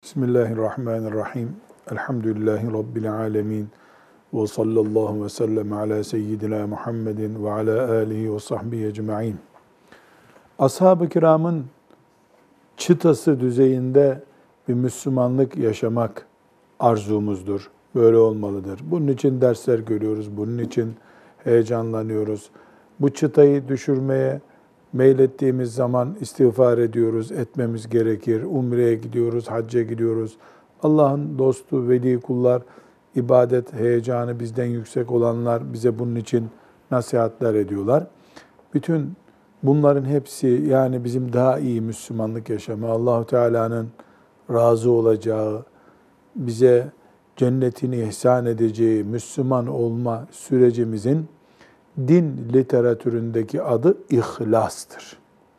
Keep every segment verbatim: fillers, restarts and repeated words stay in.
Bismillahirrahmanirrahim. Elhamdülillahi Rabbil alemin. Ve sallallahu ve sellem ala seyyidina Muhammedin ve ala alihi ve sahbihi ecma'in. Ashab-ı kiramın çıtası düzeyinde bir Müslümanlık yaşamak arzumuzdur. Böyle olmalıdır. Bunun için dersler görüyoruz, bunun için heyecanlanıyoruz. Bu çıtayı düşürmeye meylettiğimiz zaman istiğfar ediyoruz, etmemiz gerekir. Umre'ye gidiyoruz, hacca gidiyoruz. Allah'ın dostu, veli kullar, ibadet heyecanı bizden yüksek olanlar bize bunun için nasihatler ediyorlar. Bütün bunların hepsi yani bizim daha iyi Müslümanlık yaşama, Allah-u Teala'nın razı olacağı, bize cennetini ihsan edeceği Müslüman olma sürecimizin din literatüründeki adı ihlastır.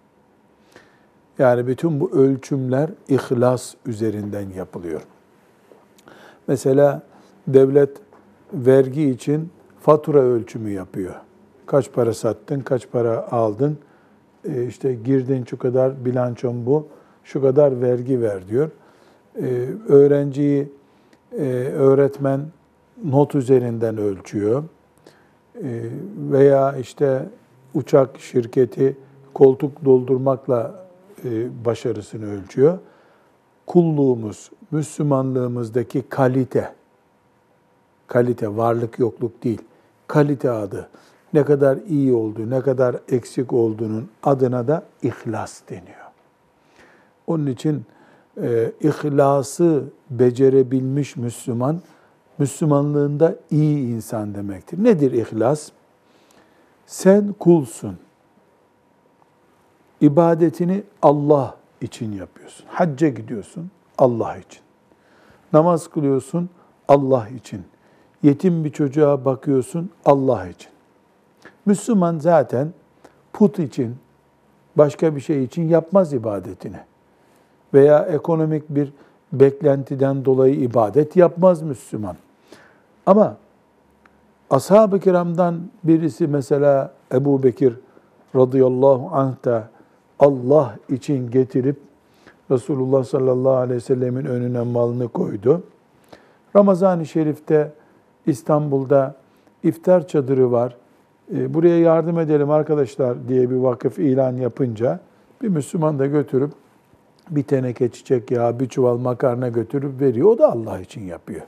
Yani bütün bu ölçümler ihlas üzerinden yapılıyor. Mesela devlet vergi için fatura ölçümü yapıyor. Kaç para sattın, kaç para aldın, e işte girdin şu kadar, bilançon bu, şu kadar vergi ver diyor. Ee, öğrenciyi e, öğretmen not üzerinden ölçüyor. Veya işte uçak şirketi koltuk doldurmakla başarısını ölçüyor. Kulluğumuz, Müslümanlığımızdaki kalite, kalite varlık yokluk değil, kalite adı, ne kadar iyi olduğu, ne kadar eksik olduğunun adına da ihlas deniyor. Onun için e, ihlası becerebilmiş Müslüman, Müslümanlığında iyi insan demektir. Nedir ihlas? Sen kulsun. İbadetini Allah için yapıyorsun. Hacca gidiyorsun, Allah için. Namaz kılıyorsun, Allah için. Yetim bir çocuğa bakıyorsun, Allah için. Müslüman zaten put için, başka bir şey için yapmaz ibadetini. Veya ekonomik bir beklentiden dolayı ibadet yapmaz Müslüman. Ama ashab-ı kiramdan birisi mesela Ebu Bekir radıyallahu anh da Allah için getirip Resulullah sallallahu aleyhi ve sellemin önüne malını koydu. Ramazan-ı Şerif'te İstanbul'da iftar çadırı var. Buraya yardım edelim arkadaşlar diye bir vakıf ilan yapınca bir Müslüman da götürüp bir teneke çiçek yağı, bir çuval makarna götürüp veriyor. O da Allah için yapıyor.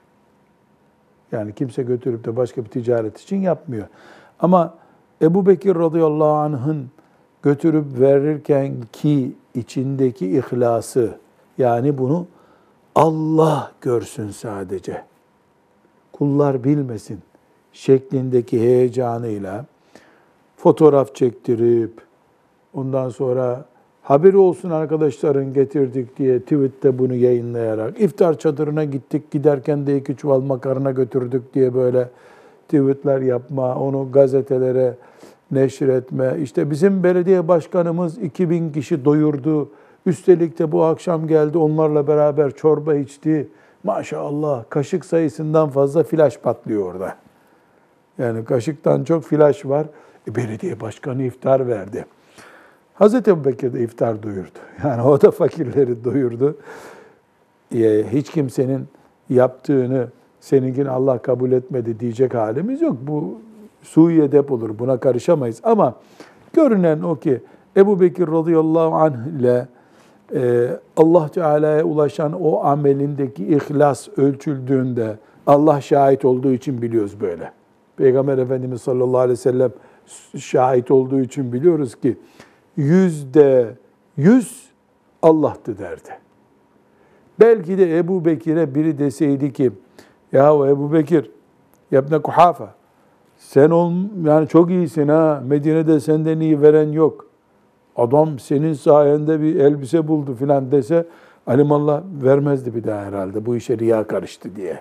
Yani kimse götürüp de başka bir ticaret için yapmıyor. Ama Ebu Bekir radıyallahu anh'ın götürüp verirken ki içindeki ihlası, yani bunu Allah görsün sadece, kullar bilmesin şeklindeki heyecanıyla fotoğraf çektirip, ondan sonra haberi olsun arkadaşların getirdik diye tweette bunu yayınlayarak, iftar çadırına gittik, giderken de iki çuval makarna götürdük diye böyle tweetler yapma, onu gazetelere neşretme. İşte bizim belediye başkanımız iki bin kişi doyurdu, üstelik de bu akşam geldi onlarla beraber çorba içti. Maşallah kaşık sayısından fazla flaş patlıyor orada. Yani kaşıktan çok flaş var. E, belediye başkanı iftar verdi. Hazreti Ebubekir de iftar doyurdu. Yani o da fakirleri doyurdu. Hiç kimsenin yaptığını seninkini Allah kabul etmedi diyecek halimiz yok. Bu sui edep olur. Buna karışamayız. Ama görünen o ki Ebubekir radıyallahu anh ile e, Allah Teala'ya ulaşan o amelindeki ihlas ölçüldüğünde Allah şahit olduğu için biliyoruz böyle. Peygamber Efendimiz sallallahu aleyhi ve sellem şahit olduğu için biliyoruz ki yüzde yüz Allah'tı derdi. Belki de Ebu Bekir'e biri deseydi ki, yahu Ebu Bekir, yabne Kuhafa, sen ol, yani çok iyisin ha, Medine'de senden iyi veren yok. Adam senin sayende bir elbise buldu filan dese, alimallah vermezdi bir daha herhalde, bu işe riya karıştı diye.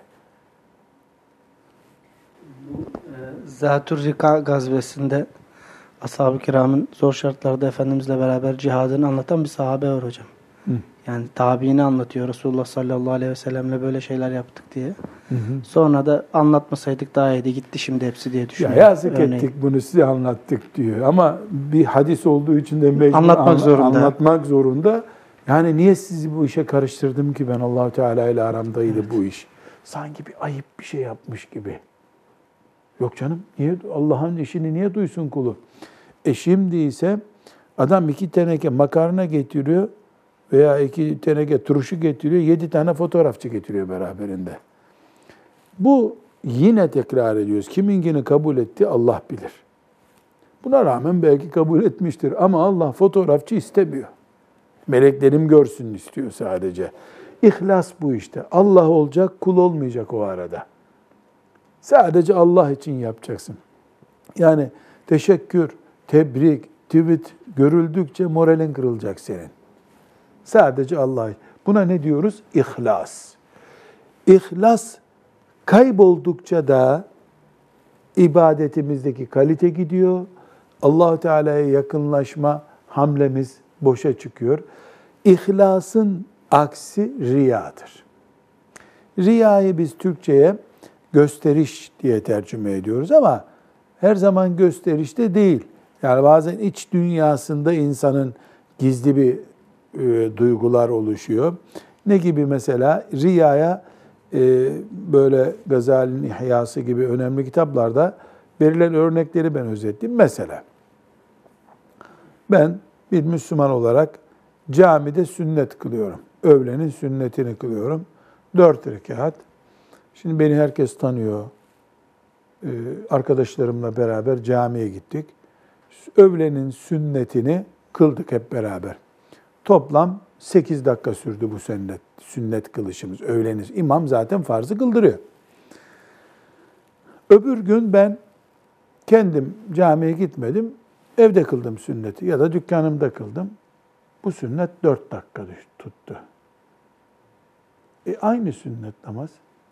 Zat-ı Rika gazvesinde Ashab-ı kiramın zor şartlarda Efendimizle beraber cihadını anlatan bir sahabe var hocam. Hı. Yani tabiini anlatıyor. Resulullah sallallahu aleyhi ve sellemle böyle şeyler yaptık diye. Hı hı. Sonra da anlatmasaydık daha iyiydi. Gitti şimdi hepsi diye düşünüyor. Ya yazık Örneğin. ettik bunu size anlattık diyor. Ama bir hadis olduğu için de mecbur anlatmak zorunda. anlatmak zorunda. Yani niye sizi bu işe karıştırdım ki ben, Allah-u Teala ile aramdaydı evet. bu iş. Sanki bir ayıp bir şey yapmış gibi. Yok canım, niye Allah'ın işini niye duysun kulu? E şimdi ise adam iki teneke makarna getiriyor veya iki teneke turşu getiriyor, yedi tane fotoğrafçı getiriyor beraberinde. Bu yine tekrar ediyoruz. Kiminkini kabul etti Allah bilir. Buna rağmen belki kabul etmiştir ama Allah fotoğrafçı istemiyor. Meleklerim görsün istiyor sadece. İhlas bu işte. Allah olacak, kul olmayacak o arada. Sadece Allah için yapacaksın. Yani teşekkür, tebrik, tweet görüldükçe moralin kırılacak senin. Sadece Allah. Buna ne diyoruz? İhlas. İhlas kayboldukça da ibadetimizdeki kalite gidiyor. Allah-u Teala'ya yakınlaşma hamlemiz boşa çıkıyor. İhlasın aksi riyadır. Riyayı biz Türkçe'ye gösteriş diye tercüme ediyoruz ama her zaman gösterişte değil. Yani bazen iç dünyasında insanın gizli bir e, duygular oluşuyor. Ne gibi mesela? Riyaya e, böyle Gazali'nin İhyası gibi önemli kitaplarda verilen örnekleri ben özetleyeyim. Mesela ben bir Müslüman olarak camide sünnet kılıyorum. Öğlenin sünnetini kılıyorum. Dört rekat. Şimdi beni herkes tanıyor. Ee, arkadaşlarımla beraber camiye gittik. Öğlenin sünnetini kıldık hep beraber. Toplam sekiz dakika sürdü bu sünnet, sünnet kılışımız. Öğleniz. İmam zaten farzı kıldırıyor. Öbür gün ben kendim camiye gitmedim. Evde kıldım sünneti ya da dükkanımda kıldım. Bu sünnet dört dakika tuttu. E aynı sünnet namaz.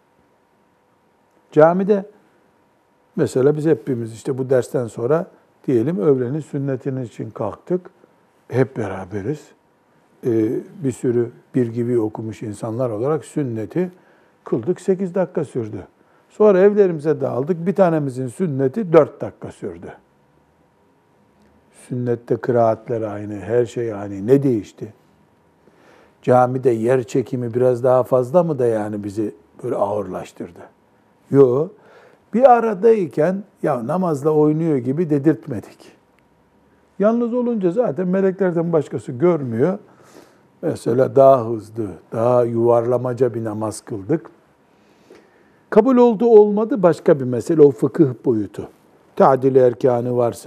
Camide mesela biz hepimiz işte bu dersten sonra diyelim öğlenin sünnetinin için kalktık. Hep beraberiz. Ee, bir sürü bir gibi okumuş insanlar olarak sünneti kıldık. sekiz dakika sürdü. Sonra evlerimize dağıldık. Bir tanemizin sünneti dört dakika sürdü. Sünnette kıraatler aynı, her şey aynı. Ne değişti? Camide yer çekimi biraz daha fazla mı da yani bizi böyle ağırlaştırdı? Yok. Bir aradayken ya namazla oynuyor gibi dedirtmedik. Yalnız olunca zaten meleklerden başkası görmüyor. Mesela daha hızlı, daha yuvarlamaca bir namaz kıldık. Kabul oldu olmadı başka bir mesele, o fıkıh boyutu. Ta'dil erkanı varsa,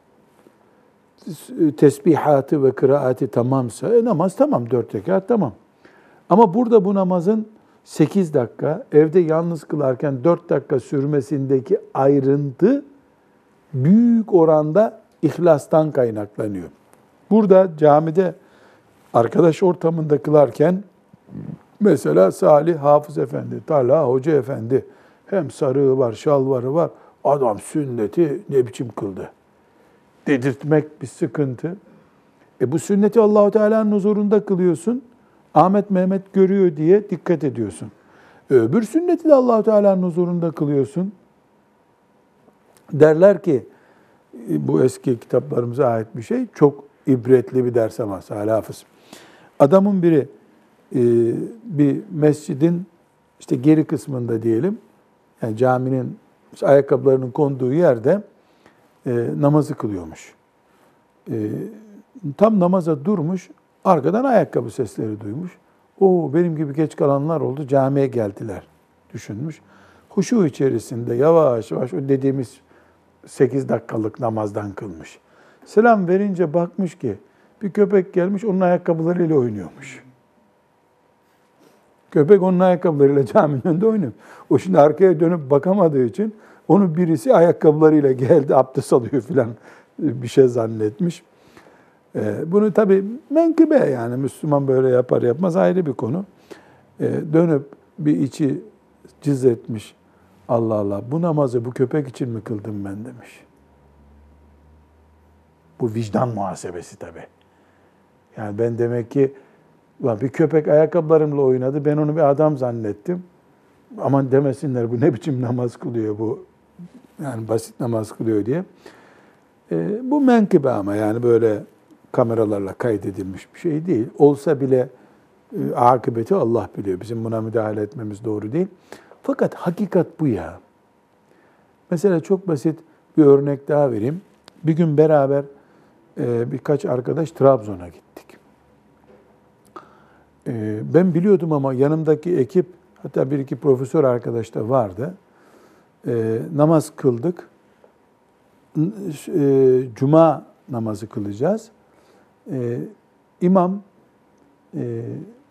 tesbihatı ve kıraati tamamsa, e, namaz tamam, dört rekat tamam. Ama burada bu namazın sekiz dakika, evde yalnız kılarken dört dakika sürmesindeki ayrıntı büyük oranda ihlastan kaynaklanıyor. Burada camide arkadaş ortamında kılarken mesela Salih Hafız Efendi, Talha Hoca Efendi hem sarığı var, şalvarı var. Adam sünneti ne biçim kıldı? Dedirtmek bir sıkıntı. E bu sünneti Allah-u Teala'nın huzurunda kılıyorsun. Ahmet Mehmet görüyor diye dikkat ediyorsun. Öbür sünneti de Allah-u Teala'nın huzurunda kılıyorsun. Derler ki, bu eski kitaplarımıza ait bir şey, çok ibretli bir ders ama Salih Hafız. Adamın biri bir mescidin işte geri kısmında diyelim, yani caminin işte ayakkabılarının konduğu yerde e, namazı kılıyormuş. E, tam namaza durmuş, arkadan ayakkabı sesleri duymuş. O benim gibi geç kalanlar oldu, camiye geldiler düşünmüş. Huşu içerisinde yavaş yavaş o dediğimiz sekiz dakikalık namazdan kılmış. Selam verince bakmış ki bir köpek gelmiş, onun ayakkabılarıyla oynuyormuş. Köpek onun ayakkabılarıyla caminin önünde oynuyor. O şimdi arkaya dönüp bakamadığı için onu birisi ayakkabılarıyla geldi, abdest alıyor filan bir şey zannetmiş. Bunu tabii menkıbe, yani Müslüman böyle yapar yapmaz ayrı bir konu. Dönüp bir içi cız etmiş. Allah Allah, bu namazı bu köpek için mi kıldım ben demiş. Bu vicdan muhasebesi tabii. Yani ben demek ki bir köpek ayakkabılarımla oynadı, ben onu bir adam zannettim. Aman demesinler bu ne biçim namaz kılıyor bu, yani basit namaz kılıyor diye. E, bu menkıbe ama yani böyle kameralarla kaydedilmiş bir şey değil. Olsa bile e, akıbeti Allah biliyor. Bizim buna müdahale etmemiz doğru değil. Fakat hakikat bu ya. Mesela çok basit bir örnek daha vereyim. Bir gün beraber e, birkaç arkadaş Trabzon'a gittik. E, ben biliyordum ama yanımdaki ekip, hatta bir iki profesör arkadaş da vardı. E, namaz kıldık. E, Cuma namazı kılacağız. E, İmam e,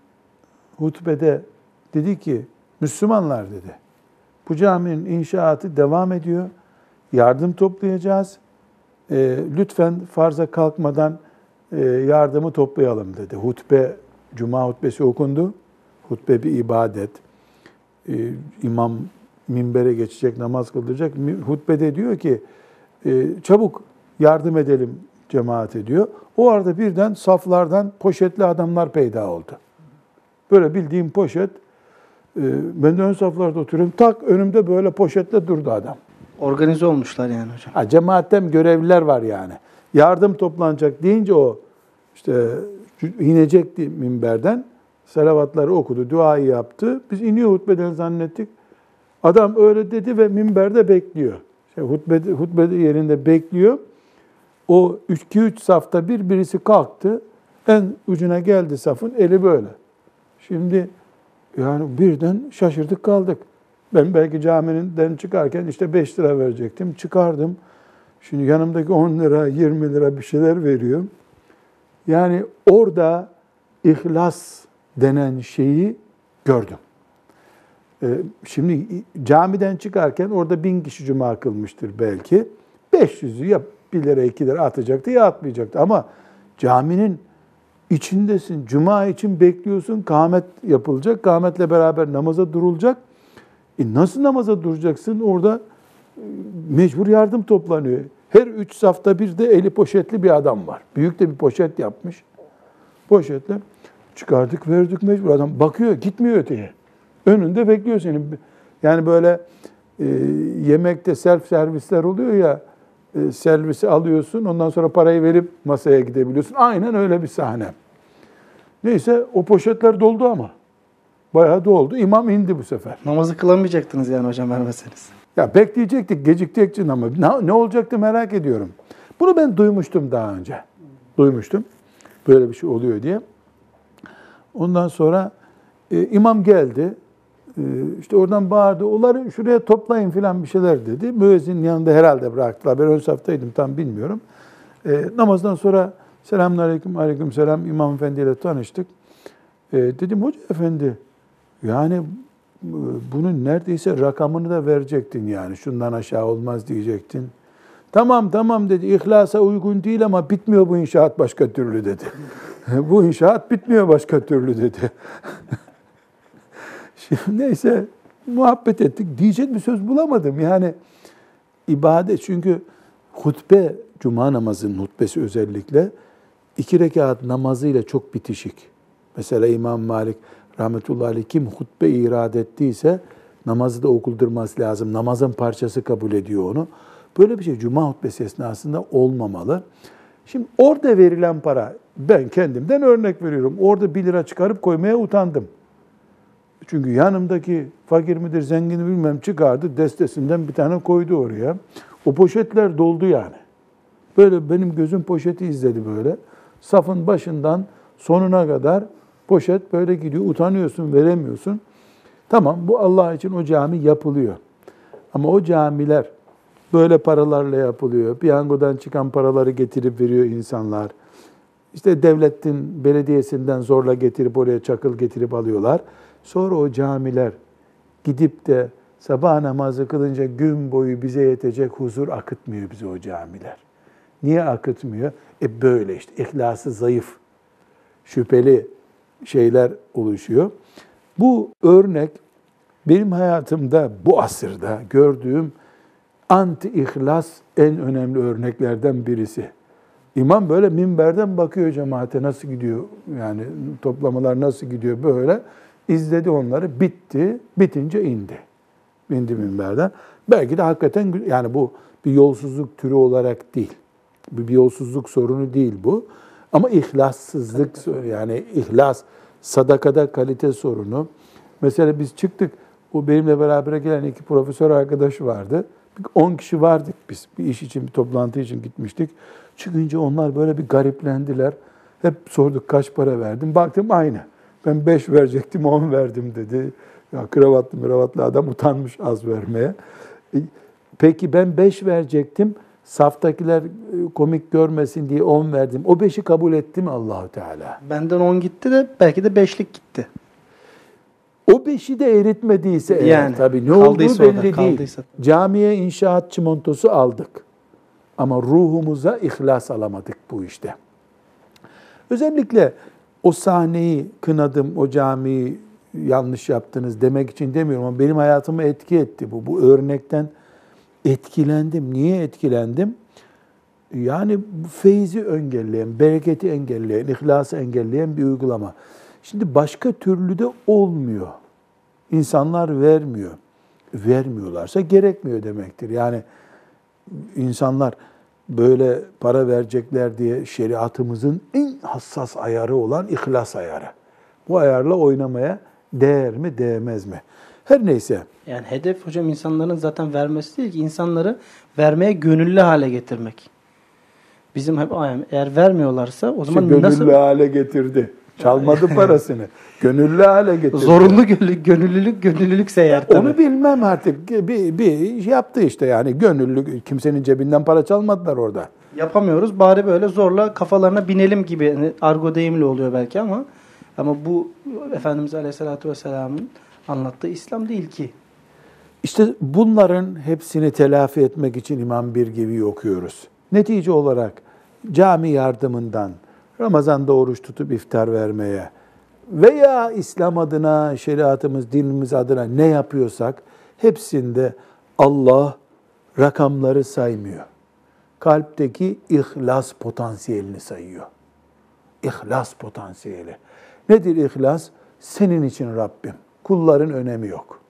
hutbede dedi ki, Müslümanlar dedi, bu caminin inşaatı devam ediyor. Yardım toplayacağız. E, lütfen farza kalkmadan e, yardımı toplayalım dedi. Hutbe, Cuma hutbesi okundu. Hutbe bir ibadet. E, imam minbere geçecek, namaz kıldıracak. Hutbede diyor ki, e, çabuk yardım edelim cemaate diyor. O arada birden saflardan poşetli adamlar peyda oldu. Böyle bildiğim poşet. E, ben de ön saflarda oturuyorum. Tak önümde böyle poşetle durdu adam. Organize olmuşlar yani hocam. Ha, cemaatten görevliler var yani. Yardım toplanacak deyince o işte inecekti minberden. Salavatları okudu, duayı yaptı. Biz iniyor hutbeden zannettik. Adam öyle dedi ve minberde bekliyor. İşte hutbede, hutbede yerinde bekliyor. O iki üç safta bir birisi kalktı. En ucuna geldi safın, eli böyle. Şimdi yani birden şaşırdık kaldık. Ben belki camiden çıkarken işte beş lira verecektim. Çıkardım. Şimdi yanımdaki on lira, yirmi lira bir şeyler veriyor. Yani orada ihlas denen şeyi gördüm. Şimdi camiden çıkarken orada bin kişi cuma kılmıştır belki. beş yüzü ya bir lira iki lira atacaktı ya atmayacaktı. Ama caminin içindesin. Cuma için bekliyorsun. Kâhmet yapılacak. Kâhmetle beraber namaza durulacak. E nasıl namaza duracaksın? Orada mecbur yardım toplanıyor. Her üç safta bir de eli poşetli bir adam var. Büyük de bir poşet yapmış. Poşetle çıkardık, verdik mecbur. Adam bakıyor, gitmiyor öteye. Önünde bekliyor seni. Yani böyle e, yemekte self servisler oluyor ya, e, servisi alıyorsun, ondan sonra parayı verip masaya gidebiliyorsun. Aynen öyle bir sahne. Neyse o poşetler doldu ama. Bayağı doldu. İmam indi bu sefer. Namazı kılamayacaktınız yani hocam vermeseniz. Ya bekleyecektik, gecikecektin ama ne, ne olacaktı merak ediyorum. Bunu ben duymuştum daha önce. Duymuştum. Böyle bir şey oluyor diye. Ondan sonra e, imam geldi. E, işte oradan bağırdı. Onları şuraya toplayın filan bir şeyler dedi. Müezzinin yanında herhalde bıraktılar. Ben ön saftaydım, tam bilmiyorum. E, namazdan sonra selamünaleyküm, aleykümselam, İmam Efendi ile tanıştık. E, dedim hoca efendi, yani bunun neredeyse rakamını da verecektin yani. Şundan aşağı olmaz diyecektin. Tamam tamam dedi. İhlasa uygun değil ama bitmiyor bu inşaat başka türlü dedi. Bu inşaat bitmiyor başka türlü dedi. Şimdi neyse muhabbet ettik. Diyecek bir söz bulamadım. Yani ibadet, çünkü hutbe, cuma namazının hutbesi özellikle iki rekat namazıyla çok bitişik. Mesela İmam Malik rahmetullahi aleyh kim hutbe irad ettiyse namazı da okuldurması lazım. Namazın parçası kabul ediyor onu. Böyle bir şey cuma hutbesi esnasında olmamalı. Şimdi orada verilen para, ben kendimden örnek veriyorum. Orada bir lira çıkarıp koymaya utandım. Çünkü yanımdaki fakir midir, zengin mi bilmem çıkardı, destesinden bir tane koydu oraya. O poşetler doldu yani. Böyle benim gözüm poşeti izledi böyle. Safın başından sonuna kadar poşet böyle gidiyor. Utanıyorsun, veremiyorsun. Tamam, bu Allah için o cami yapılıyor. Ama o camiler böyle paralarla yapılıyor. Piyangodan çıkan paraları getirip veriyor insanlar. İşte devletin belediyesinden zorla getirip oraya çakıl getirip alıyorlar. Sonra o camiler gidip de sabah namazı kılınca gün boyu bize yetecek huzur akıtmıyor bize o camiler. Niye akıtmıyor? E böyle işte ihlası zayıf, şüpheli şeyler oluşuyor. Bu örnek benim hayatımda bu asırda gördüğüm anti-ihlas en önemli örneklerden birisi. İmam böyle minberden bakıyor cemaate nasıl gidiyor, yani toplamalar nasıl gidiyor böyle. İzledi onları, bitti, bitince indi. İndi minberden. Belki de hakikaten yani bu bir yolsuzluk türü olarak değil. Bir yolsuzluk sorunu değil bu. Ama ihlassızlık, yani ihlas, sadakada kalite sorunu. Mesela biz çıktık, o benimle beraber gelen iki profesör arkadaş vardı. on kişi vardık biz. Bir iş için, bir toplantı için gitmiştik. Çıkınca onlar böyle bir gariplendiler. Hep sorduk kaç para verdim. Baktım aynı. Ben beş verecektim, on verdim dedi. Ya kravatlı kravatlı adam utanmış az vermeye. Peki ben beş verecektim. Saftakiler komik görmesin diye on verdim. O beşi kabul etti mi Allahu Teala? Benden on gitti de belki de beşlik gitti. O beşi de eritmediyse eğer Yani, tabii ne olduğu kaldıysa belli orada, değil. kaldıysa. Camiye inşaat çimentosu aldık. Ama ruhumuza ihlas alamadık bu işte. Özellikle o sahneyi kınadım, o camiyi yanlış yaptınız demek için demiyorum ama benim hayatımı etki etti bu. Bu örnekten etkilendim. Niye etkilendim? Yani bu feyzi engelleyen, bereketi engelleyen, ihlası engelleyen bir uygulama. Şimdi başka türlü de olmuyor. İnsanlar vermiyor. Vermiyorlarsa gerekmiyor demektir. Yani insanlar böyle para verecekler diye şeriatımızın en hassas ayarı olan ihlas ayarı. Bu ayarla oynamaya değer mi, değmez mi? Her neyse. Yani hedef hocam insanların zaten vermesi değil ki, insanları vermeye gönüllü hale getirmek. Bizim hep ayem eğer vermiyorlarsa o zaman İşte gönüllü nasıl hale getirdi. Çalmadı parasını. Gönüllü hale getirdi. zorunlu gönüllülük, gönüllülük gönüllülükse eğer tabii. Onu bilmem artık. Bir, bir iş yaptı işte yani. Gönüllü, kimsenin cebinden para çalmadılar orada. Yapamıyoruz. Bari böyle zorla kafalarına binelim gibi, yani argo deyimli oluyor belki ama ama bu Efendimiz Aleyhisselatü Vesselam'ın anlattığı İslam değil ki. İşte bunların hepsini telafi etmek için İmam bir gibi okuyoruz. Netice olarak cami yardımından, Ramazan'da oruç tutup iftar vermeye veya İslam adına, şeriatımız, dinimiz adına ne yapıyorsak hepsinde Allah rakamları saymıyor. Kalpteki ihlas potansiyelini sayıyor. İhlas potansiyeli. Nedir ihlas? Senin için Rabbim. Kulların önemi yok.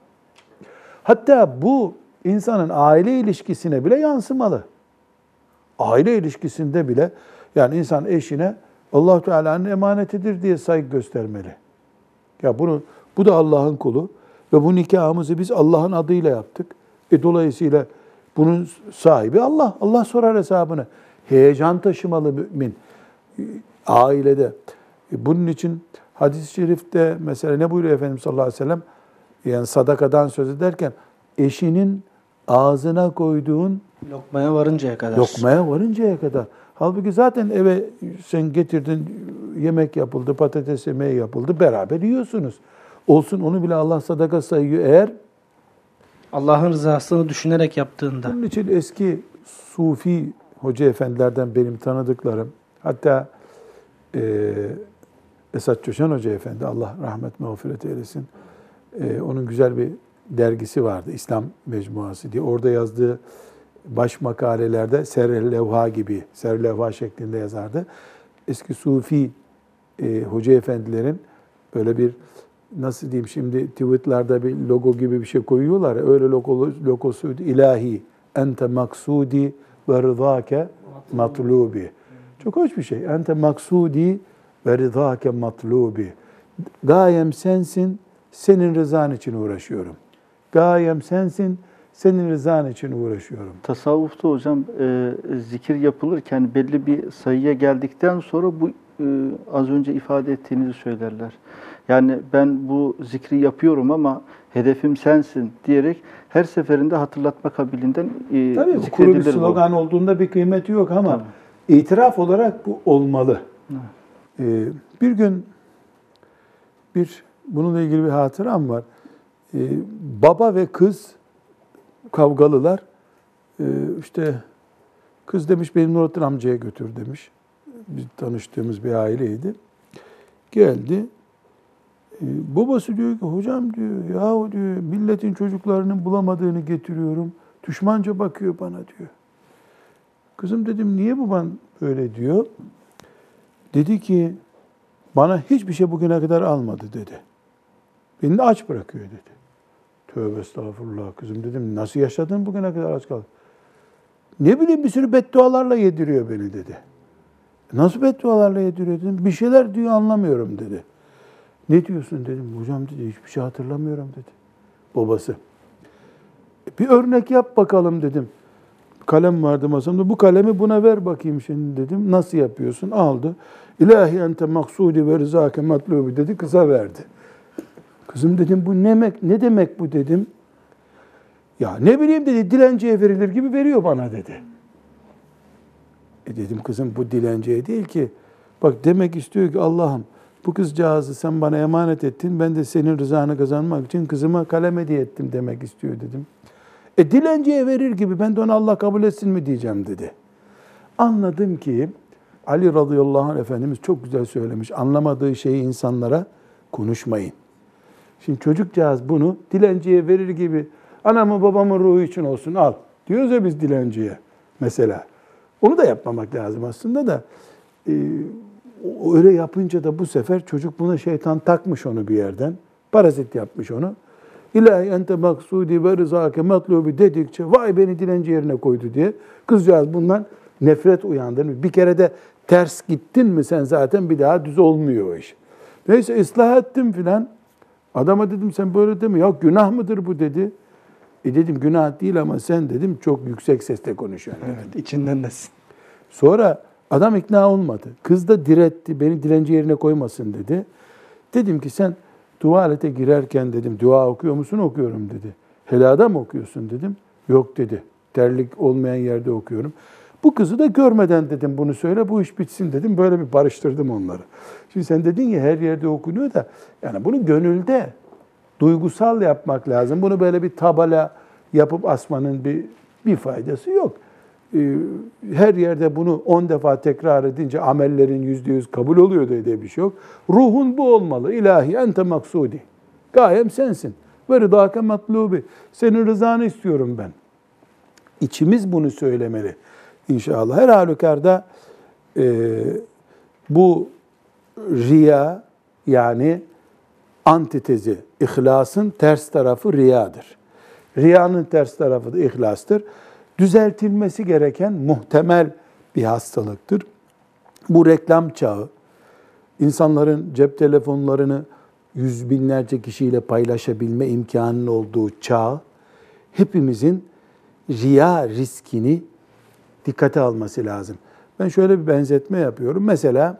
Hatta bu insanın aile ilişkisine bile yansımalı. Aile ilişkisinde bile yani insan eşine Allah Teala'nın emanetidir diye saygı göstermeli. Ya bunu bu da Allah'ın kulu ve bu nikahımızı biz Allah'ın adıyla yaptık. E dolayısıyla bunun sahibi Allah. Allah sorar hesabını. Heyecan taşımalı mümin ailede. E bunun için hadis-i şerifte mesela ne buyuruyor Efendimiz sallallahu aleyhi ve sellem? Yani sadakadan söz ederken eşinin ağzına koyduğun Lokmaya varıncaya kadar. lokmaya varıncaya kadar. Halbuki zaten eve sen getirdin, yemek yapıldı, patates yemeği yapıldı, beraber yiyorsunuz. Olsun onu bile Allah sadaka sayıyor eğer Allah'ın rızasını düşünerek yaptığında. bunun için eski Sufi hoca efendilerden benim tanıdıklarım, hatta e, Esat Coşan Hoca Efendi, Allah rahmet mağfiret eylesin, e, onun güzel bir dergisi vardı, İslam Mecmuası diye. Orada yazdığı baş makalelerde serlevha gibi, serlevha şeklinde yazardı. Eski Sufi e, hoca efendilerin böyle bir, nasıl diyeyim şimdi, tweetlarda bir logo gibi bir şey koyuyorlar ya, öyle logo, logosu ilahi, ente maksudi ve rızake matlubi. Çok hoş bir şey. Ente maksudi ve rızake matlubi. Gayem sensin, senin rızan için uğraşıyorum. Gayem sensin, senin rızan için uğraşıyorum. Tasavvufta hocam e, zikir yapılırken belli bir sayıya geldikten sonra bu e, az önce ifade ettiğinizi söylerler. Yani ben bu zikri yapıyorum ama hedefim sensin diyerek her seferinde hatırlatma kabilinden e, Tabii bu kuru bir slogan bu. Olduğunda bir kıymeti yok ama tabii, itiraf olarak bu olmalı. Ee, bir gün bir bununla ilgili bir hatıram var. Ee, baba ve kız kavgalılar. Ee, işte kız demiş benim Nurattin amcaya götür demiş. Biz tanıştığımız bir aileydi. Geldi. Ee, babası diyor ki hocam diyor yahu diyor milletin çocuklarının bulamadığını getiriyorum. Düşmanca bakıyor bana diyor. Kızım dedim niye baban öyle diyor? Dedi ki bana hiçbir şey bugüne kadar almadı dedi. Beni de aç bırakıyor dedi. Tövbe estağfurullah kızım dedim. Nasıl yaşadın bugüne kadar aç kaldın? Ne bileyim bir sürü beddualarla yediriyor beni dedi. Nasıl beddualarla yediriyor dedim. Bir şeyler diyor anlamıyorum dedi. Ne diyorsun dedim. Hocam dedi hiçbir şey hatırlamıyorum dedi. Babası. Bir örnek yap bakalım dedim. Kalem vardı masamda. Bu kalemi buna ver bakayım şimdi dedim. Nasıl yapıyorsun? Aldı. İlahi ente maksudi ve rızake matlubi dedi. Kıza verdi. Kızım dedim bu ne demek, ne demek bu dedim. Ya ne bileyim dedi dilenciye verilir gibi veriyor bana dedi. E dedim kızım bu dilenciye değil ki. Bak demek istiyor ki Allah'ım bu kızcağızı sen bana emanet ettin. Ben de senin rızanı kazanmak için kızıma kalem hediye ettim demek istiyor dedim. E dilenciye verir gibi ben de ona Allah kabul etsin mi diyeceğim dedi. Anladım ki Ali radıyallahu anh Efendimiz çok güzel söylemiş. Anlamadığı şeyi insanlara konuşmayın. Şimdi çocukcağız bunu dilenciye verir gibi anamın babamın ruhu için olsun al diyoruz ya biz dilenciye mesela. Onu da yapmamak lazım aslında da e, öyle yapınca da bu sefer çocuk buna şeytan takmış onu bir yerden. Parazit yapmış onu. İlahi ente maksudi ve rızake matlubi dedikçe vay beni dilenci yerine koydu diye kızcağız bundan nefret uyandırmış. Bir kere de ters gittin mi sen zaten bir daha düz olmuyor o iş. Neyse ıslah ettim filan. Adama dedim sen böyle deme. Ya günah mıdır bu dedi. E dedim günah değil ama sen dedim çok yüksek sesle konuşuyorsun. Evet, içinden desin. Sonra adam ikna olmadı. Kız da diretti. Beni dilenci yerine koymasın dedi. Dedim ki sen tuvalete girerken dedim dua okuyor musun? Okuyorum dedi. Helada mı okuyorsun dedim. Yok dedi. Terlik olmayan yerde okuyorum. Bu kızı da görmeden dedim bunu söyle bu iş bitsin dedim. Böyle bir barıştırdım onları. Şimdi sen dedin ya her yerde okunuyor da yani bunu gönülde duygusal yapmak lazım. Bunu böyle bir tabela yapıp asmanın bir bir faydası yok. Her yerde bunu on defa tekrar edince amellerin yüzde yüz kabul oluyor diye bir şey yok. Ruhun bu olmalı. İlahi ente maksudi. Gayem sensin. Ve rıdâke matlubi. Senin rızanı istiyorum ben. İçimiz bunu söylemeli. İnşallah. Her halükarda e, bu riya yani antitezi, ihlasın ters tarafı riyadır. Riyanın ters tarafı da ihlastır. Düzeltilmesi gereken muhtemel bir hastalıktır. Bu reklam çağı, insanların cep telefonlarını yüz binlerce kişiyle paylaşabilme imkanının olduğu çağ, hepimizin riya riskini dikkate alması lazım. Ben şöyle bir benzetme yapıyorum. Mesela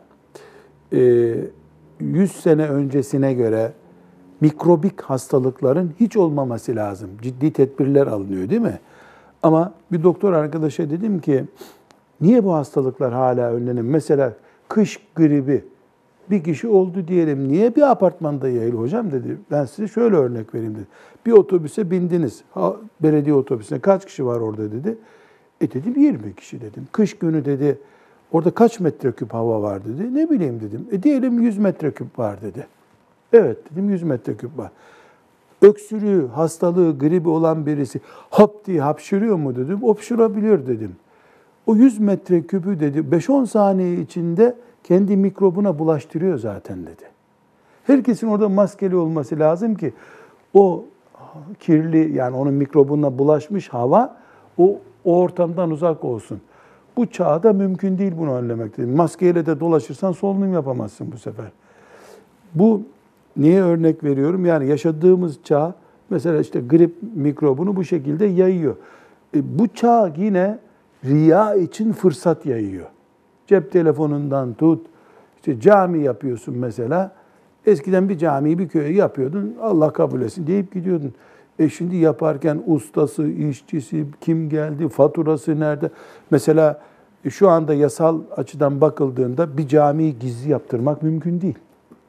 yüz sene öncesine göre mikrobik hastalıkların hiç olmaması lazım. Ciddi tedbirler alınıyor değil mi? Ama bir doktor arkadaşa dedim ki, niye bu hastalıklar hala önlenemiyor? Mesela kış gribi bir kişi oldu diyelim. Niye bir apartmanda yayılıyor hocam dedi. Ben size şöyle örnek vereyim dedi. Bir otobüse bindiniz. Belediye otobüsüne kaç kişi var orada dedi. E dedim yirmi kişi dedim. Kış günü dedi. Orada kaç metreküp hava var dedi. Ne bileyim dedim. E diyelim yüz metreküp var dedi. Evet dedim yüz metreküp var. Öksürüğü, hastalığı, gribi olan birisi hop diye hapşırıyor mu dedim. Hapşırabiliyor dedim. O yüz metreküpü dedi beş on saniye içinde kendi mikrobuna bulaştırıyor zaten dedi. Herkesin orada maskeli olması lazım ki o kirli yani onun mikrobuna bulaşmış hava o, o ortamdan uzak olsun. Bu çağda mümkün değil bunu önlemek dedim. Maskeyle de dolaşırsan solunum yapamazsın bu sefer. Bu niye örnek veriyorum? Yani yaşadığımız çağ mesela işte grip mikrobunu bu şekilde yayıyor. E, bu çağ yine riya için fırsat yayıyor. Cep telefonundan tut, işte cami yapıyorsun mesela. Eskiden bir camiyi bir köye yapıyordun, Allah kabul etsin deyip gidiyordun. E şimdi yaparken ustası, işçisi, kim geldi, faturası nerede? Mesela şu anda yasal açıdan bakıldığında bir camiyi gizli yaptırmak mümkün değil.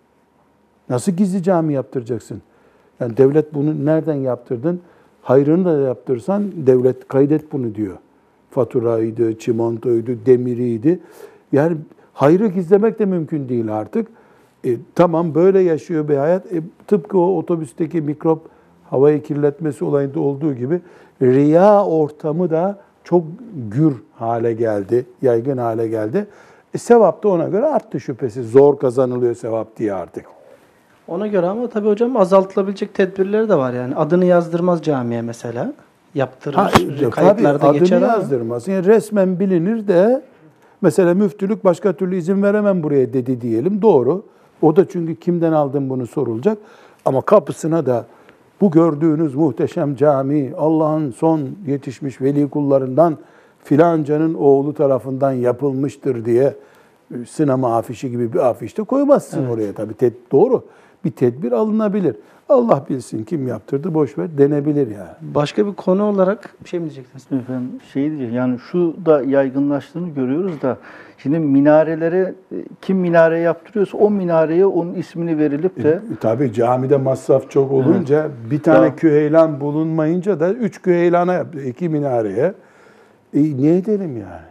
Nasıl gizli cami yaptıracaksın? Yani devlet bunu nereden yaptırdın? Hayrını da yaptırsan devlet kaydet bunu diyor. Faturaydı, çimentoydu, demiriydi. Yani hayrı gizlemek de mümkün değil artık. E, tamam böyle yaşıyor bir hayat. E, tıpkı o otobüsteki mikrop havayı kirletmesi olayında olduğu gibi riya ortamı da çok gür hale geldi, yaygın hale geldi. E, sevap da ona göre arttı şüphesiz. Zor kazanılıyor sevap diye artık. Ona göre ama tabii hocam azaltılabilecek tedbirleri de var yani. Adını yazdırmaz camiye mesela. Yaptırır, ha, kayıtlarda tabii, geçer adını ama. yazdırmaz. Yani resmen bilinir de Mesela müftülük başka türlü izin veremem buraya dedi diyelim. Doğru. O da çünkü kimden aldın bunu sorulacak. Ama kapısına da bu gördüğünüz muhteşem cami Allah'ın son yetişmiş veli kullarından filancanın oğlu tarafından yapılmıştır diye sinema afişi gibi bir afişte koymazsın Evet. oraya tabii. Ted doğru. Bir tedbir alınabilir. Allah bilsin kim yaptırdı, boş ver denebilir yani. Başka bir konu olarak bir şey mi diyecektiniz? Efendim şey diyeceğim, yani şu da yaygınlaştığını görüyoruz da şimdi minarelere kim minare yaptırıyorsa o minareye onun ismini verilip de E, tabii camide masraf çok olunca bir tane Ya. küheylan bulunmayınca da üç küheylana yaptı. iki minareye. E, ne edelim yani?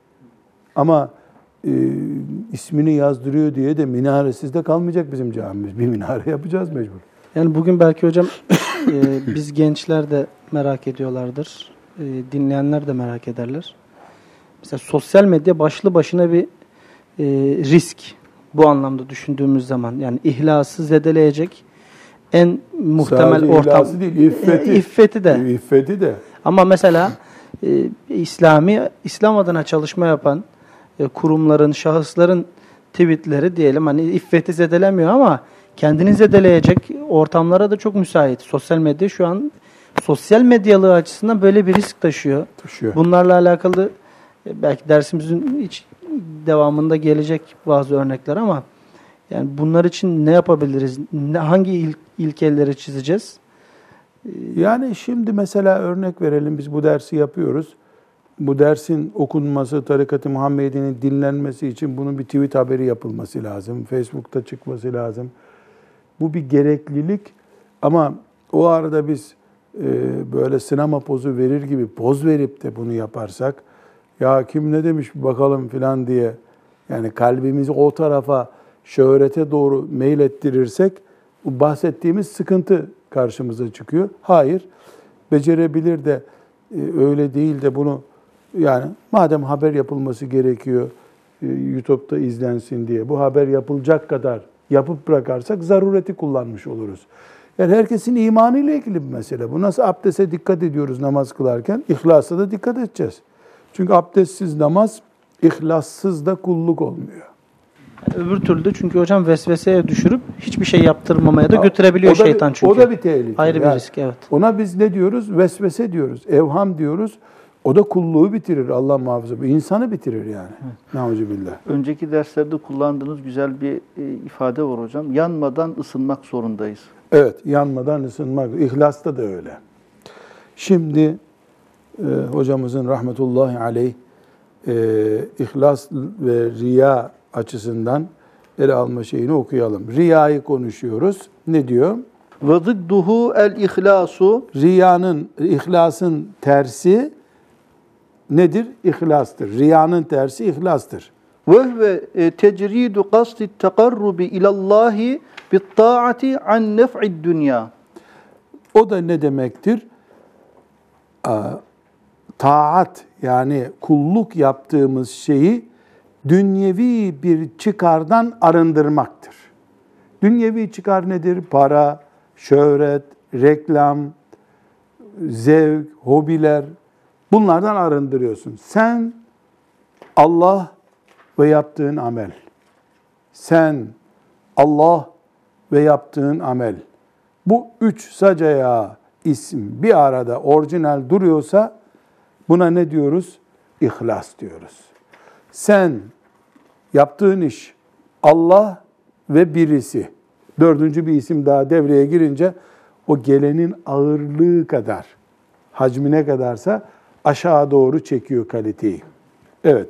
Ama e, ismini yazdırıyor diye de minaresiz de kalmayacak bizim camimiz. Bir minare yapacağız mecbur. Yani bugün belki hocam e, biz gençler de merak ediyorlardır. E, dinleyenler de merak ederler. Mesela sosyal medya başlı başına bir e, risk bu anlamda düşündüğümüz zaman. Yani ihlası zedeleyecek en muhtemel Sadece ortam. ihlası değil, iffeti. E, iffeti de. İffeti de. Ama mesela e, İslami, İslam adına çalışma yapan e, kurumların, şahısların tweetleri diyelim hani iffeti zedelemiyor ama kendini zedeleyecek ortamlara da çok müsait. Sosyal medya şu an sosyal medyalığı açısından böyle bir risk taşıyor. Taşıyor. Bunlarla alakalı e, belki dersimizin hiç devamında gelecek bazı örnekler ama yani bunlar için ne yapabiliriz? Ne, hangi il, ilkeleri çizeceğiz? Yani şimdi mesela örnek verelim, biz bu dersi yapıyoruz. Bu dersin okunması, Tarikat-ı Muhammediye'nin dinlenmesi için bunun bir tweet haberi yapılması lazım. Facebook'ta çıkması lazım. Bu bir gereklilik ama o arada biz e, böyle sinema pozu verir gibi poz verip de bunu yaparsak, ya kim ne demiş bakalım filan diye, yani kalbimizi o tarafa, şöhrete doğru meylettirirsek bu bahsettiğimiz sıkıntı karşımıza çıkıyor. Hayır, becerebilir de e, öyle değil de bunu, yani madem haber yapılması gerekiyor e, YouTube'da izlensin diye, bu haber yapılacak kadar yapıp bırakarsak zarureti kullanmış oluruz. Yani herkesin imanıyla ilgili bir mesele. Bu nasıl abdeste dikkat ediyoruz namaz kılarken? İhlasa da dikkat edeceğiz. Çünkü abdestsiz namaz, ihlassız da kulluk olmuyor. Öbür türlü de çünkü hocam vesveseye düşürüp hiçbir şey yaptırmamaya da götürebiliyor O da bir- şeytan çünkü. O da bir tehlike. Ayrı bir Yani risk, evet. Ona biz ne diyoruz? Vesvese diyoruz, evham diyoruz. O da kulluğu bitirir, Allah muhafaza. İnsanı bitirir yani. Nauzubillah. önceki derslerde kullandığınız güzel bir e, ifade var hocam. Yanmadan ısınmak zorundayız. Evet, yanmadan ısınmak. İhlasta da öyle. Şimdi e, hocamızın rahmetullahi aleyh e, ihlas ve riya açısından ele alma şeyini okuyalım. Riyayı konuşuyoruz. Ne diyor? Ve zidduhu el ihlasu Riyanın, ihlasın tersi nedir? İhlastır. Riyanın tersi ihlastır. ve huve tecridu kasdi tekarrubi ilallahi bit taati an nef'id dünya. O da ne demektir? Aa, taat, yani kulluk yaptığımız şeyi dünyevi bir çıkardan arındırmaktır. Dünyevi çıkar nedir? Para, şöhret, reklam, zevk, hobiler, bunlardan arındırıyorsun. Sen Allah ve yaptığın amel. Sen Allah ve yaptığın amel. Bu üç sacaya isim bir arada orijinal duruyorsa buna ne diyoruz? İhlas diyoruz. Sen yaptığın iş Allah ve birisi. Dördüncü bir isim daha devreye girince o gelenin ağırlığı kadar, hacmine kadarsa aşağı doğru çekiyor kaliteyi. Evet.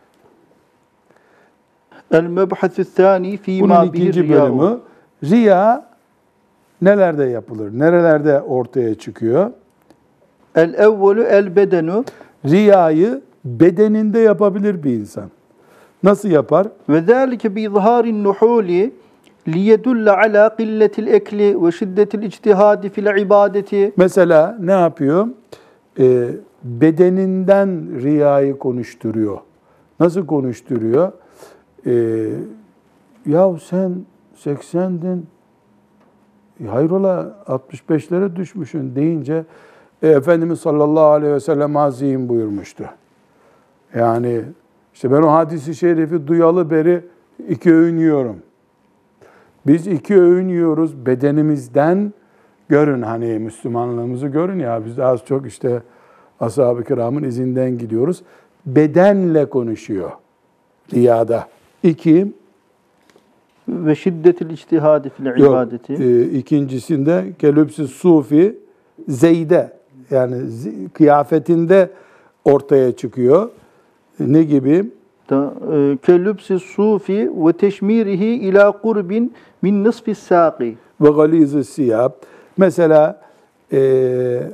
El mebhathü thani Bunun fîmâ bihir ikinci riyâ'u. bölümü, riya nelerde yapılır, nerelerde ortaya çıkıyor? El evvelu el bedenu Riyayı bedeninde yapabilir bir insan. Nasıl yapar? ve zâlike bi izhârin nuhûli liyedulle alâ qilletil ekli ve şiddetil ictihâdi fil ibadeti. Mesela ne yapıyor? Ee, bedeninden riyayı konuşturuyor. Nasıl konuşturuyor? Ee, ya sen seksendin, hayrola altmış beşlere düşmüşsün deyince e, Efendimiz sallallahu aleyhi ve sellem azim buyurmuştu. Yani İşte ben o hadisi şerifi duyalı beri iki öğün yiyorum. Biz iki öğün yiyoruz bedenimizden. Görün hani Müslümanlığımızı görün ya, biz az çok işte ashab-ı kiramın izinden gidiyoruz. Bedenle konuşuyor riyada. İki, Ve şiddetil içtihadi fil yok, ibadeti. e, ikincisinde kelübsü sufi zeyde, yani zi- kıyafetinde ortaya çıkıyor. Ne gibi? Kellübsi sufi ve teşmirihi ila kurbin min nisfis saqi. Ve galiz-i siyab. Mesela e,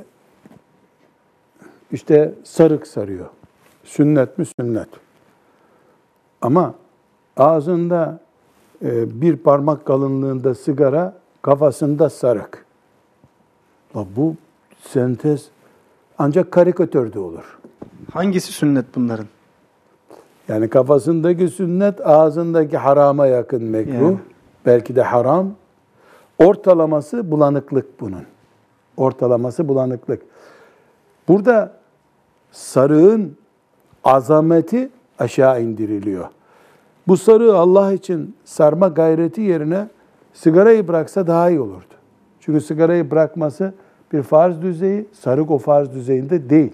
işte sarık sarıyor. Sünnet mi? Sünnet. Ama ağzında e, bir parmak kalınlığında sigara, kafasında sarık. Bak bu sentez ancak karikatürde olur. Hangisi sünnet bunların? Yani kafasındaki sünnet, ağzındaki harama yakın mekruh. Yani. Belki de haram. Ortalaması bulanıklık bunun. Ortalaması bulanıklık. Burada sarığın azameti aşağı indiriliyor. Bu sarığı Allah için sarma gayreti yerine sigarayı bıraksa daha iyi olurdu. Çünkü sigarayı bırakması bir farz düzeyi, sarık o farz düzeyinde değil.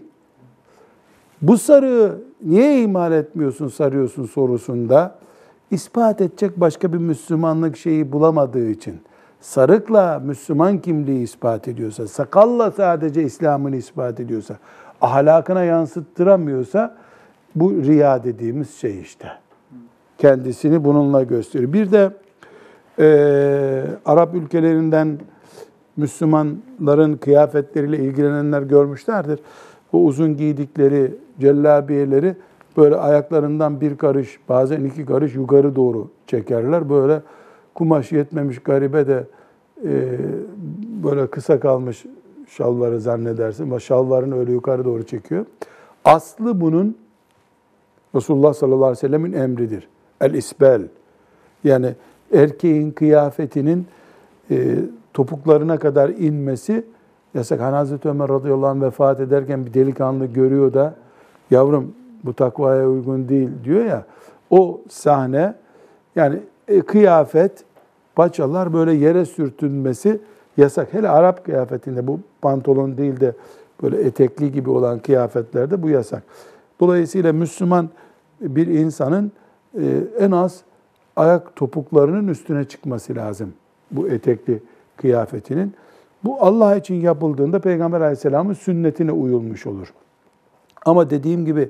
Bu sarığı niye ihmal etmiyorsun, sarıyorsun sorusunda ispat edecek başka bir Müslümanlık şeyi bulamadığı için, sarıkla Müslüman kimliği ispat ediyorsa, sakalla sadece İslam'ını ispat ediyorsa, ahlakına yansıttıramıyorsa, bu riya dediğimiz şey işte. Kendisini bununla gösteriyor. Bir de e, Arap ülkelerinden Müslümanların kıyafetleriyle ilgilenenler görmüşlerdir. O uzun giydikleri cellabiyeleri böyle ayaklarından bir karış, bazen iki karış yukarı doğru çekerler. Böyle kumaş yetmemiş garibe de e, böyle kısa kalmış şalvarı zannedersin. Ama şalvarını öyle yukarı doğru çekiyor. Aslı bunun Resulullah sallallahu aleyhi ve sellemin emridir. El-isbel. Yani erkeğin kıyafetinin e, topuklarına kadar inmesi yasak. Hani Hazreti Ömer radıyallahu anh vefat ederken bir delikanlı görüyor da yavrum bu takvaya uygun değil diyor ya, o sahne, yani e, kıyafet, paçalar böyle yere sürtünmesi yasak. Hele Arap kıyafetinde, bu pantolon değil de böyle etekli gibi olan kıyafetlerde bu yasak. Dolayısıyla Müslüman bir insanın e, en az ayak topuklarının üstüne çıkması lazım bu etekli kıyafetinin. Bu Allah için yapıldığında Peygamber Aleyhisselam'ın sünnetine uyulmuş olur. Ama dediğim gibi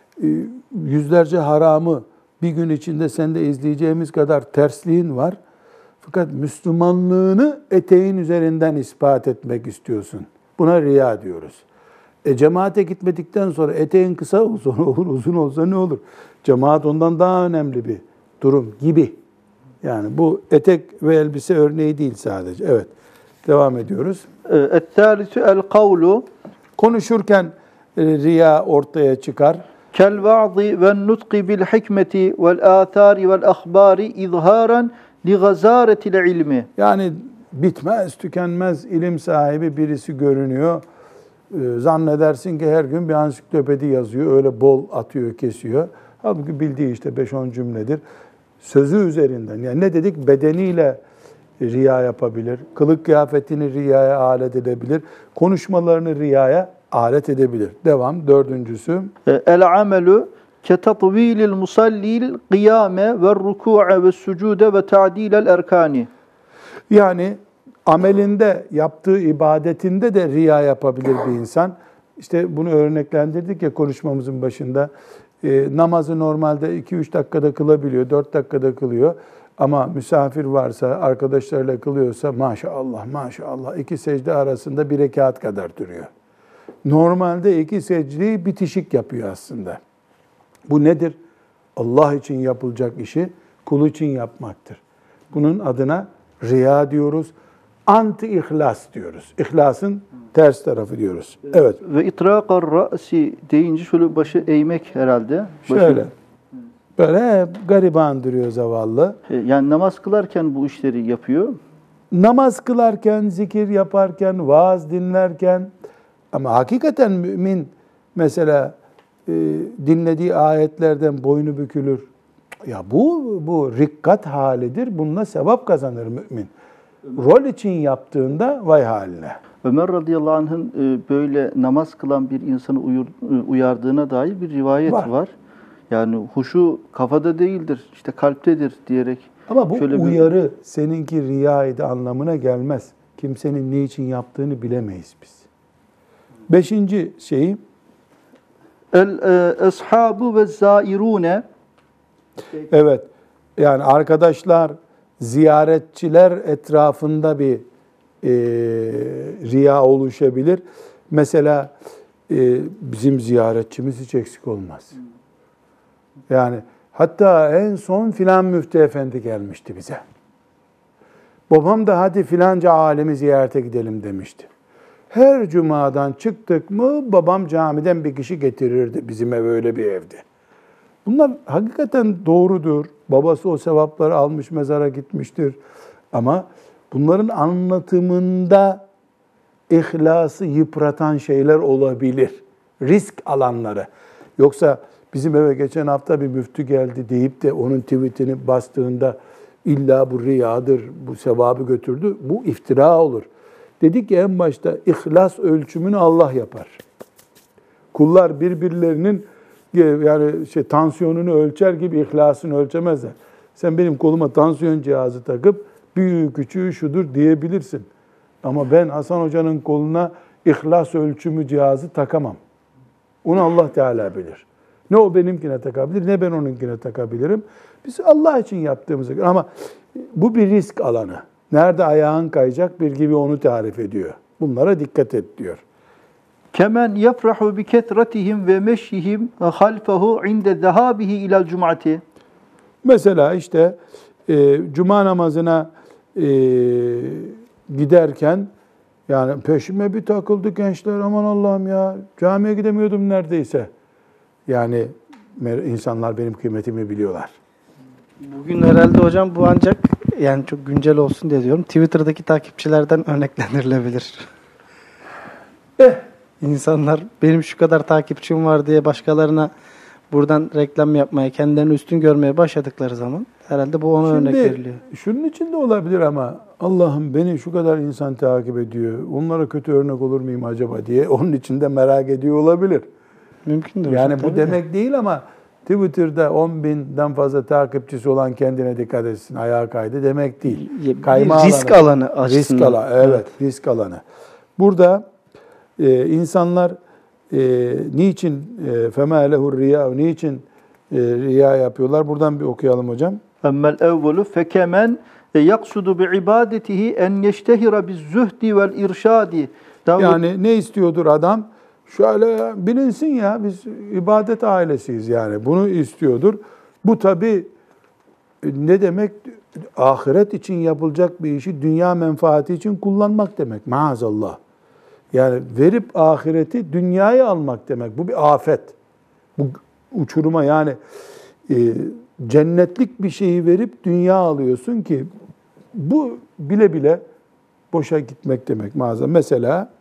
yüzlerce haramı bir gün içinde sende izleyeceğimiz kadar tersliğin var. Fakat Müslümanlığını eteğin üzerinden ispat etmek istiyorsun. Buna riya diyoruz. E cemaate gitmedikten sonra eteğin kısa olsa ne olur, uzun olsa ne olur? Cemaat ondan daha önemli bir durum gibi. Yani bu etek ve elbise örneği değil sadece. Evet. Devam ediyoruz. Et-tâlisü el-kavlu. Konuşurken e, riya ortaya çıkar. Kel va'zi ve nutqi bil hikmeti vel âthâri vel ahbâri izhâran li gazâretil ilmi. Yani bitmez, tükenmez ilim sahibi birisi görünüyor. E, zannedersin ki her gün bir ansiklopedi yazıyor. Öyle bol atıyor, kesiyor. Halbuki bildiği işte beş on cümledir. Sözü üzerinden. Yani ne dedik? Bedeniyle riya yapabilir. Kılık kıyafetini riyaya alet edebilir. Konuşmalarını riyaya alet edebilir. Devam. Dördüncüsü. El amelu ke tatvilil musallil kıyame ve ruku'a ve sucude ve ta'dilel erkani. Yani amelinde, yaptığı ibadetinde de riya yapabilir bir insan. İşte bunu örneklendirdik ya konuşmamızın başında. E, namazı normalde iki üç dakikada kılabiliyor, dört dakikada kılıyor. Ama misafir varsa, arkadaşlarıyla kılıyorsa maşallah maşallah iki secde arasında bir rekat kadar duruyor. Normalde iki secdeyi bitişik yapıyor aslında. Bu nedir? Allah için yapılacak işi kul için yapmaktır. Bunun adına riya diyoruz. Anti-ihlas diyoruz. İhlasın ters tarafı diyoruz. Evet. Ve itraqar ra'si deyince şöyle başı eğmek herhalde. Başı, Şöyle. Böyle hep gariban duruyor zavallı. Yani namaz kılarken bu işleri yapıyor. Namaz kılarken, zikir yaparken, vaaz dinlerken, ama hakikaten mümin mesela dinlediği ayetlerden boynu bükülür. Ya bu bu rikkat halidir. Bununla sevap kazanır mümin. Rol için yaptığında vay haline. Ömer radıyallahu anh'ın e, böyle namaz kılan bir insanı uyur, e, uyardığına dair bir rivayet var. var. Yani huşu kafada değildir, işte kalptedir diyerek. Ama bu şöyle uyarı bir... seninki riyaydı anlamına gelmez. Kimsenin ne için yaptığını bilemeyiz biz. Beşinci şeyi El-eshabu ve zairune. Evet. Yani arkadaşlar, ziyaretçiler etrafında bir e, riya oluşabilir. Mesela e, bizim ziyaretçimiz hiç eksik olmaz. Yani hatta en son filan müftü efendi gelmişti bize. Babam da hadi filanca alemi ziyarete gidelim demişti. Her cumadan çıktık mı babam camiden bir kişi getirirdi bizim ev, öyle bir evdi. Bunlar hakikaten doğrudur. Babası o sevapları almış, mezara gitmiştir. Ama bunların anlatımında ihlası yıpratan şeyler olabilir. Risk alanları. Yoksa bizim eve geçen hafta bir müftü geldi deyip de onun tweetini bastığında illa bu riyadır, bu sevabı götürdü. Bu iftira olur. Dedik ki en başta ihlas ölçümünü Allah yapar. Kullar birbirlerinin yani şey tansiyonunu ölçer gibi ihlasını ölçemezler. Sen benim koluma tansiyon cihazı takıp büyüğü küçüğü şudur diyebilirsin. Ama ben Hasan Hoca'nın koluna ihlas ölçümü cihazı takamam. Onu Allah Teala bilir. Ne o benimkine takabilir, ne ben onunkine takabilirim. Biz Allah için yaptığımızı göre. Ama bu bir risk alanı. Nerede ayağın kayacak bir gibi onu tarif ediyor. Bunlara dikkat et diyor. Kemen yefrahu bi ketratihim ve meşyihim halfahu inde zahabihi ilal cum'ati. Mesela işte e, cuma namazına e, giderken yani peşime bir takıldı gençler, aman Allah'ım ya camiye gidemiyordum neredeyse. Yani insanlar benim kıymetimi biliyorlar. Bugün herhalde hocam bu ancak yani çok güncel olsun diye diyorum. Twitter'daki takipçilerden örneklendirilebilir. Eh. İnsanlar benim şu kadar takipçim var diye başkalarına buradan reklam yapmaya, kendilerini üstün görmeye başladıkları zaman herhalde bu ona Şimdi, örnek veriliyor. Şunun için de olabilir ama Allah'ım beni şu kadar insan takip ediyor. Onlara kötü örnek olur muyum acaba diye onun için de merak ediyor olabilir. Mümkündür. Yani hocam, bu demek de. değil ama Twitter'da on binden fazla takipçisi olan kendine dikkat etsin, ayağa kaydı demek değil. Kayma risk alanı, alanı açısından. Risk alanı, evet, evet, risk alanı. Burada e, insanlar e, niçin فَمَا لَهُ الرِّيَاءُ niçin e, riya yapıyorlar? Buradan bir okuyalım hocam. Emmel evvelu fekemen yaksudu bi ibadetihi en yeştehira biz zuhdi vel irşadi. Yani ne istiyordur adam? Şöyle bilinsin ya biz ibadet ailesiyiz yani. Bunu istiyordur. Bu tabii ne demek? Ahiret için yapılacak bir işi dünya menfaati için kullanmak demek. Maazallah. Yani verip ahireti dünyaya almak demek. Bu bir afet. Bu uçuruma yani e, cennetlik bir şeyi verip dünya alıyorsun ki bu bile bile boşa gitmek demek maazallah. Mesela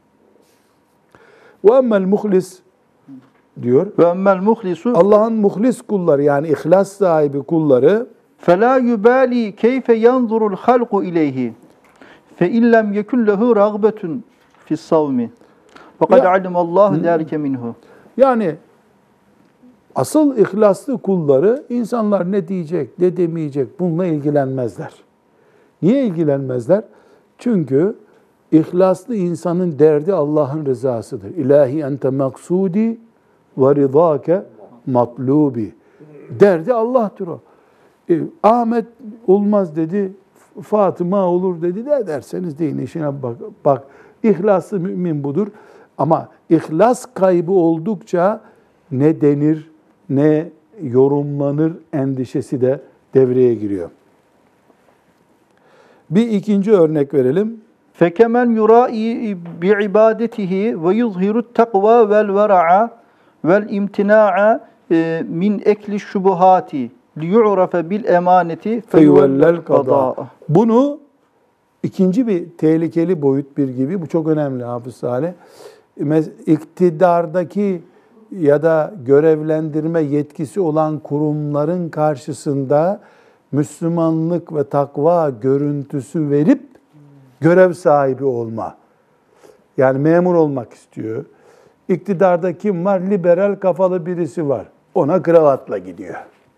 ve emmel muhlis diyor. Ve emmel muhlisu Allah'ın muhlis kulları yani ihlas sahibi kulları فَلَا يُبَالِي كَيْفَ يَنْظُرُ الْخَلْقُ اِلَيْهِ فَاِنْ لَمْ يَكُنْ لَهُ رَغْبَةٌ فِي الصَّوْمِ وَقَدْ عَلِمَ اللّٰهُ ذَٰلِكَ مِنْهُ. Yani asıl ihlaslı kulları insanlar ne diyecek, ne demeyecek bununla ilgilenmezler. Niye ilgilenmezler? Çünkü ihlaslı insanın derdi Allah'ın rızasıdır. İlahi ente maksudi ve rızake matlubi. Derdi Allah'tır o. E, Ahmet olmaz dedi, Fatıma olur dedi, ne derseniz deyin işine bak. Bak, ihlaslı mümin budur. Ama ihlas kaybı oldukça ne denir, ne yorumlanır endişesi de devreye giriyor. Bir ikinci örnek verelim. فَكَمَنْ يُرَائِي بِعِبَادَتِهِ وَيُظْهِرُ التَّقْوَى وَالْوَرَعَ وَالْاِمْتِنَاعَ مِنْ اَكْلِ الشُّبُهَاتِ لِيُعْرَفَ بِالْاَمَانَةِ فَيُوَلَّ الْقَضَاءَ. Bunu ikinci bir tehlikeli boyut bir gibi, bu çok önemli Hafız Salih. İktidardaki ya da görevlendirme yetkisi olan kurumların karşısında Müslümanlık ve takva görüntüsü verip görev sahibi olma. Yani memur olmak istiyor. İktidarda kim var? Liberal kafalı birisi var. Ona kravatla gidiyor.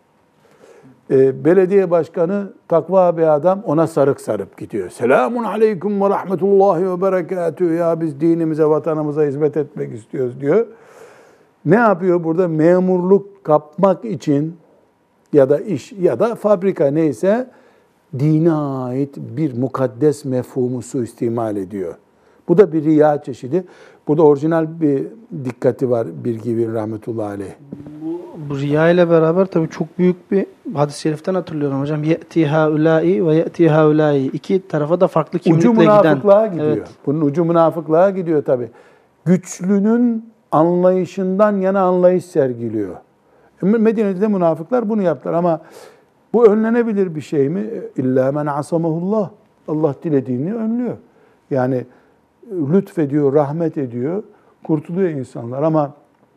Ee, belediye başkanı takva bir adam, ona sarık sarıp gidiyor. Selamun aleyküm ve rahmetullahi ve berekatühü. Ya biz dinimize, vatanımıza hizmet etmek istiyoruz diyor. Ne yapıyor burada? Memurluk kapmak için ya da iş ya da fabrika neyse dine ait bir mukaddes mefhumu suistimal ediyor. Bu da bir riya çeşidi. Burada orijinal bir dikkati var Birgivin rahmetullahi aleyh. Bu, bu riya ile beraber tabii çok büyük bir hadis-i şeriften hatırlıyorum hocam. Ye'ti haulâi ve ye'ti haulâi. İki tarafa da farklı kimlikle ucu giden. Ucu münafıklığa gidiyor. Evet. Bunun ucu münafıklığa gidiyor tabii. Güçlünün anlayışından yana anlayış sergiliyor. Medine'de münafıklar bunu yaptılar ama bu önlenebilir bir şey mi? İllâ men asamahullah. Allah dilediğini önlüyor. Yani lütfediyor, rahmet ediyor, kurtuluyor insanlar ama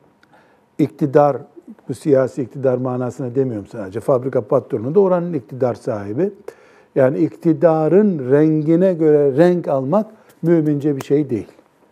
iktidar, bu siyasi iktidar manasına demiyorum sadece, fabrika patronu da oranın iktidar sahibi. Yani iktidarın rengine göre renk almak mümince bir şey değil.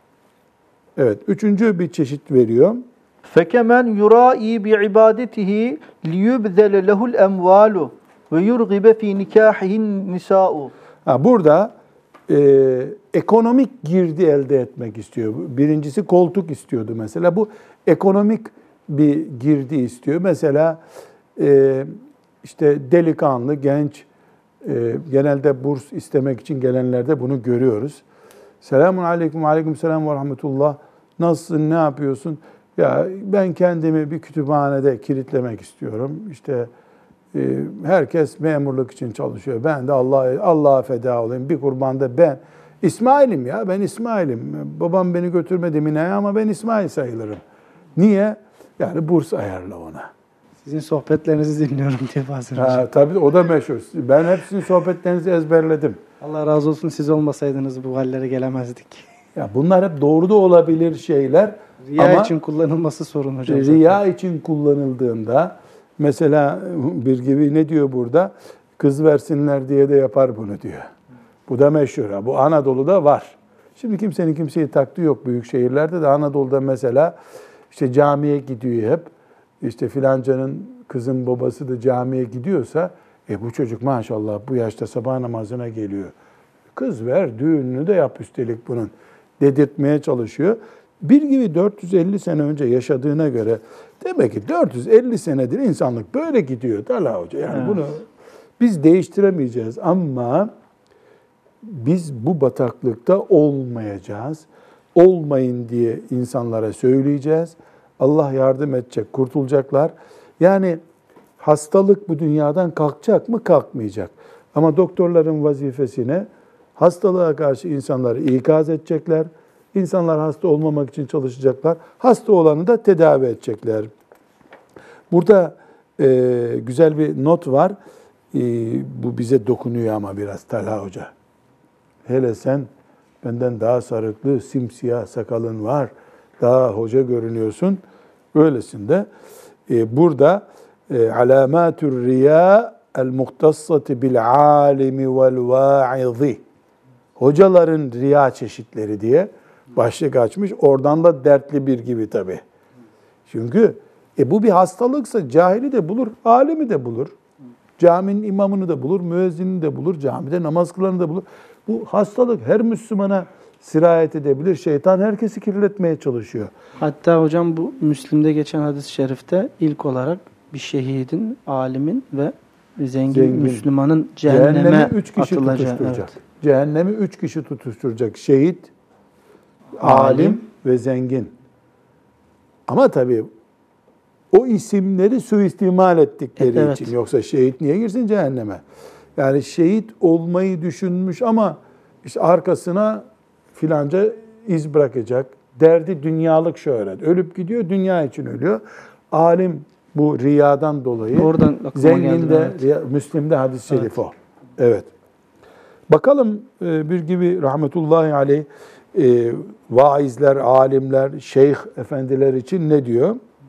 Evet, üçüncü bir çeşit veriyor. فَكَمَنْ يُرَائِي بِعِبَادَتِهِ لِيُبْذَلَ لَهُ الْاَمْوَالُ وَيُرْغِبَ ف۪ي نِكَاحِهِ النِّسَاءُ. Ha, burada e, ekonomik girdi elde etmek istiyor. Birincisi koltuk istiyordu mesela. Bu ekonomik bir girdi istiyor. Mesela e, işte delikanlı, genç, e, genelde burs istemek için gelenlerde bunu görüyoruz. Selamun aleyküm, aleyküm selam ve rahmetullah. Nasılsın, ne yapıyorsun? Ya ben kendimi bir kütüphanede kilitlemek istiyorum. İşte e, herkes memurluk için çalışıyor. Ben de Allah'a Allah'a feda olayım. Bir kurbanda ben İsmail'im ya. Ben İsmail'im. Babam beni götürmedi Mina'ya ama ben İsmail sayılırım. Niye? Yani burs ayarla ona. Sizin sohbetlerinizi dinliyorum diye bazen hocam. Ha, tabii o da meşhur. Ben hepsinin sohbetlerinizi ezberledim. Allah razı olsun, siz olmasaydınız bu hallere gelemezdik. Ya bunlar hep doğru da olabilir şeyler. Riya ama için kullanılması sorun hocam. Zaten. Riya için kullanıldığında mesela bir gibi ne diyor burada? Kız versinler diye de yapar bunu diyor. Bu da meşhur. Bu Anadolu'da var. Şimdi kimsenin kimseyi taktığı yok büyük şehirlerde de. Anadolu'da mesela işte camiye gidiyor hep. İşte filancanın kızın babası da camiye gidiyorsa e bu çocuk maşallah bu yaşta sabah namazına geliyor. Kız ver, düğününü de yap üstelik bunun dedirtmeye çalışıyor. Bir gibi dört yüz elli sene önce yaşadığına göre demek ki dört yüz elli senedir insanlık böyle gidiyor Talha Hoca. Yani evet. Bunu biz değiştiremeyeceğiz ama biz bu bataklıkta olmayacağız. Olmayın diye insanlara söyleyeceğiz. Allah yardım edecek, kurtulacaklar. Yani hastalık bu dünyadan kalkacak mı? Kalkmayacak. Ama doktorların vazifesine hastalığa karşı insanları ikaz edecekler. İnsanlar hasta olmamak için çalışacaklar. Hasta olanı da tedavi edecekler. Burada e, güzel bir not var. E, bu bize dokunuyor ama biraz Talha Hoca. Hele sen benden daha sarıklı, simsiyah sakalın var. Daha hoca görünüyorsun. Öylesinde e, burada e, alamatür riya el muhtassati bil alimi vel vaizi. Hocaların riya çeşitleri diye başlık açmış. Oradan da dertli bir gibi tabii. Çünkü e, bu bir hastalıksa cahili de bulur, alimi de bulur. Caminin imamını da bulur, müezzinini de bulur, camide namaz kılanı da bulur. Bu hastalık her Müslümana sirayet edebilir. Şeytan herkesi kirletmeye çalışıyor. Hatta hocam bu Müslim'de geçen hadis-i şerifte ilk olarak bir şehidin, alimin ve zengin, zengin. Müslümanın cehenneme, cehenneme üç kişi atılacağı. Evet. Cehennemi üç kişi tutuşturacak. Şehit, alim, alim ve zengin. Ama tabii o isimleri suistimal ettikleri evet. için. Yoksa şehit niye girsin cehenneme? Yani şehit olmayı düşünmüş ama işte arkasına filanca iz bırakacak. Derdi dünyalık şöhret. Ölüp gidiyor, dünya için ölüyor. Alim bu riyadan dolayı. Oradan zengin de, evet. Müslim'de hadis-i şerif evet. o. Evet. Bakalım bir gibi rahmetullahi aleyh e, vaizler, alimler, şeyh efendiler için ne diyor?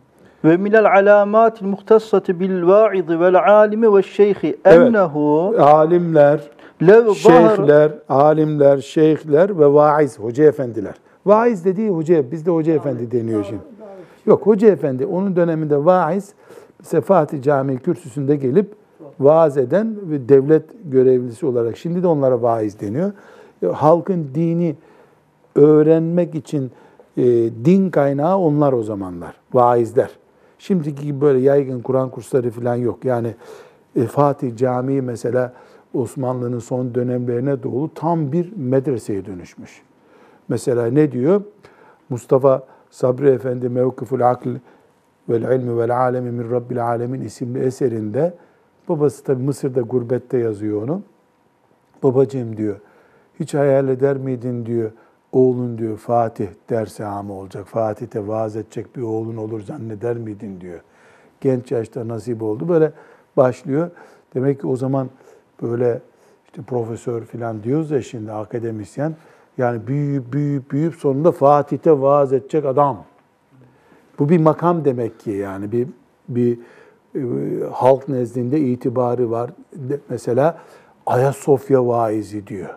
Ve minel alamatil muhtassati bil va'izi vel alimi ve şeyhi ennehu alimler, lev şeyhler, alimler, şeyhler ve vaiz, hoca efendiler. Vaiz dediği hoca, bizde hoca efendi deniyor şimdi. Yok, hoca efendi, onun döneminde vaiz, mesela Fatih Camii kürsüsünde gelip vaaz eden ve devlet görevlisi olarak, şimdi de onlara vaiz deniyor. Halkın dini öğrenmek için e, din kaynağı onlar o zamanlar, vaizler. Şimdiki gibi böyle yaygın Kur'an kursları falan yok. Yani e, Fatih Camii mesela Osmanlı'nın son dönemlerine doğru tam bir medreseye dönüşmüş. Mesela ne diyor? Mustafa Sabri Efendi Mevkıful Akl vel İlmi vel Alemi min Rabbil Alemin isimli eserinde, babası tabi Mısır'da gurbette yazıyor onu. Babacığım diyor, hiç hayal eder miydin diyor, oğlun diyor Fatih dersi amı olacak, Fatih'te vaaz edecek bir oğlun olur zanneder miydin diyor. Genç yaşta nasip oldu. Böyle başlıyor. Demek ki o zaman böyle işte profesör falan diyoruz ya şimdi, akademisyen. Yani büyüyüp büyüyüp büyüyüp sonunda Fatih'te vaaz edecek adam. Bu bir makam demek ki, yani bir bir e, halk nezdinde itibarı var. De, mesela Ayasofya vaizi diyor.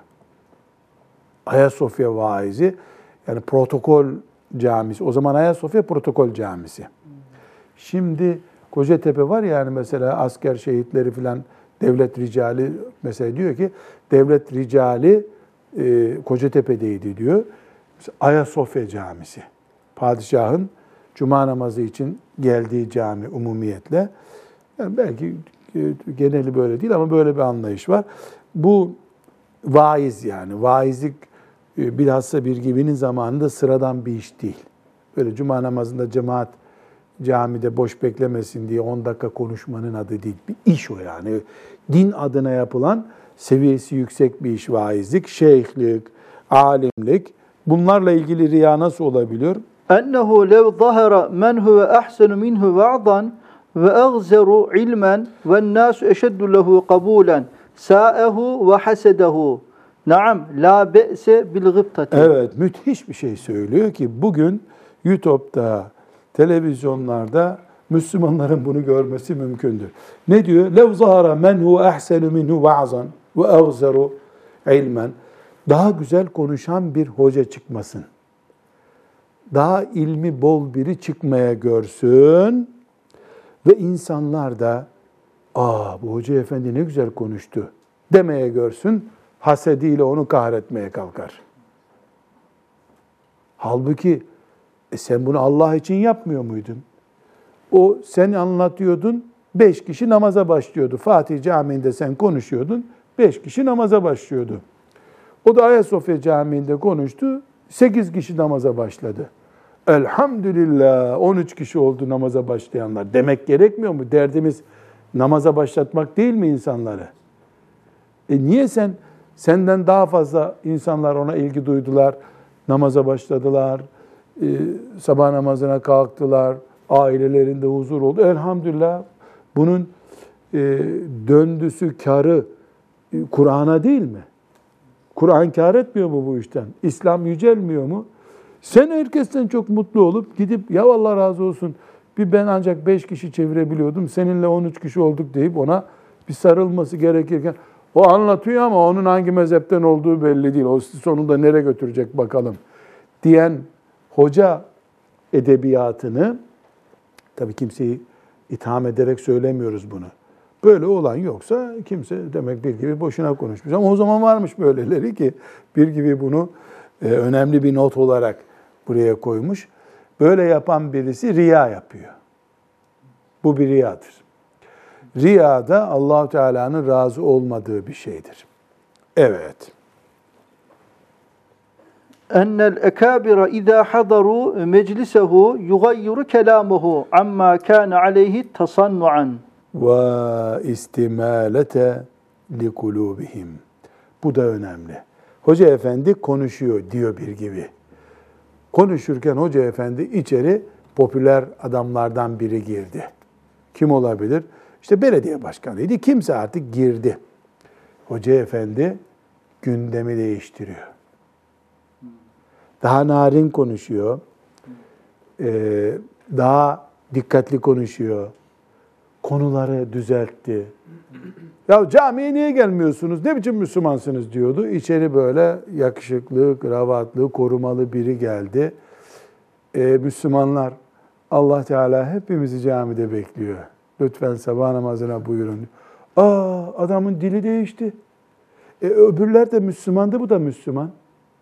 Ayasofya vaizi, yani protokol camisi. O zaman Ayasofya protokol camisi. Şimdi Kocatepe var yani, mesela asker şehitleri falan, devlet ricali mesela diyor ki devlet ricali e, Kocatepe'deydi diyor. Mesela Ayasofya camisi. Padişahın cuma namazı için geldiği cami umumiyetle. Yani belki geneli böyle değil ama böyle bir anlayış var. Bu vaiz, yani vaizlik bilhassa bir gibinin zamanında sıradan bir iş değil. Böyle cuma namazında cemaat camide boş beklemesin diye on dakika konuşmanın adı değil. Bir iş o yani. Din adına yapılan seviyesi yüksek bir iş vaizlik, şeyhlik, alimlik. Bunlarla ilgili riya nasıl olabiliyor? ennehu lev zahara men huve ahsenu minhu va'dan ve agzeru ilmen ve nasu eşeddu lehu kabulen sa'ehu ve hasedehu. Naam la be'se bil gıbtati. Evet, müthiş bir şey söylüyor ki bugün YouTube'da, televizyonlarda Müslümanların bunu görmesi mümkündür. Ne diyor? Lev zahara men huve ahsenu minhu va'zan ve agzeru ilmen. Daha güzel konuşan bir hoca çıkmasın. Daha ilmi bol biri çıkmaya görsün ve insanlar da ''Aa, bu hoca efendi ne güzel konuştu'' demeye görsün, hasediyle onu kahretmeye kalkar. Halbuki e sen bunu Allah için yapmıyor muydun? O sen anlatıyordun, beş kişi namaza başlıyordu. Fatih Camii'nde sen konuşuyordun, beş kişi namaza başlıyordu. O da Ayasofya Camii'nde konuştu, sekiz kişi namaza başladı. Elhamdülillah on üç kişi oldu namaza başlayanlar. Demek gerekmiyor mu? Derdimiz namaza başlatmak değil mi insanları? E niye sen senden daha fazla insanlar ona ilgi duydular, namaza başladılar, e, sabah namazına kalktılar, ailelerinde huzur oldu. Elhamdülillah bunun e, döndüsü, karı e, Kur'an'a değil mi? Kur'an kâr etmiyor mu bu işten? İslam yücelmiyor mu? Sen herkesten çok mutlu olup gidip ya Allah razı olsun bir ben ancak beş kişi çevirebiliyordum, seninle on üç kişi olduk deyip ona bir sarılması gerekirken o anlatıyor ama onun hangi mezhepten olduğu belli değil. O sonunda nereye götürecek bakalım diyen hoca edebiyatını, tabii kimseyi itham ederek söylemiyoruz bunu. Böyle olan yoksa kimse demek bir gibi boşuna konuşmuş. Ama o zaman varmış böyleleri ki bir gibi bunu e, önemli bir not olarak buraya koymuş. Böyle yapan birisi riya yapıyor. Bu bir riyadır. Riya da Allah-u Teala'nın razı olmadığı bir şeydir. Evet. Ennel ekâbira izâ hadaru meclisehu yugayyiru kelâmuhu amma kâne aleyhi tasannu'an. Ve istimalete li kulubihim. Bu da önemli. Hoca efendi konuşuyor diyor bir gibi. Konuşurken hoca efendi içeri popüler adamlardan biri girdi. Kim olabilir? İşte belediye başkanıydı. Kimse artık girdi. Hoca efendi gündemi değiştiriyor. Daha narin konuşuyor. Ee, daha dikkatli konuşuyor, konuları düzeltti. Ya camiye niye gelmiyorsunuz, ne biçim Müslümansınız diyordu. İçeri böyle yakışıklı, kravatlı, korumalı biri geldi. Ee, Müslümanlar, Allah Teala hepimizi camide bekliyor. Lütfen sabah namazına buyurun. Aa, adamın dili değişti. E, öbürler de Müslümandı, bu da Müslüman.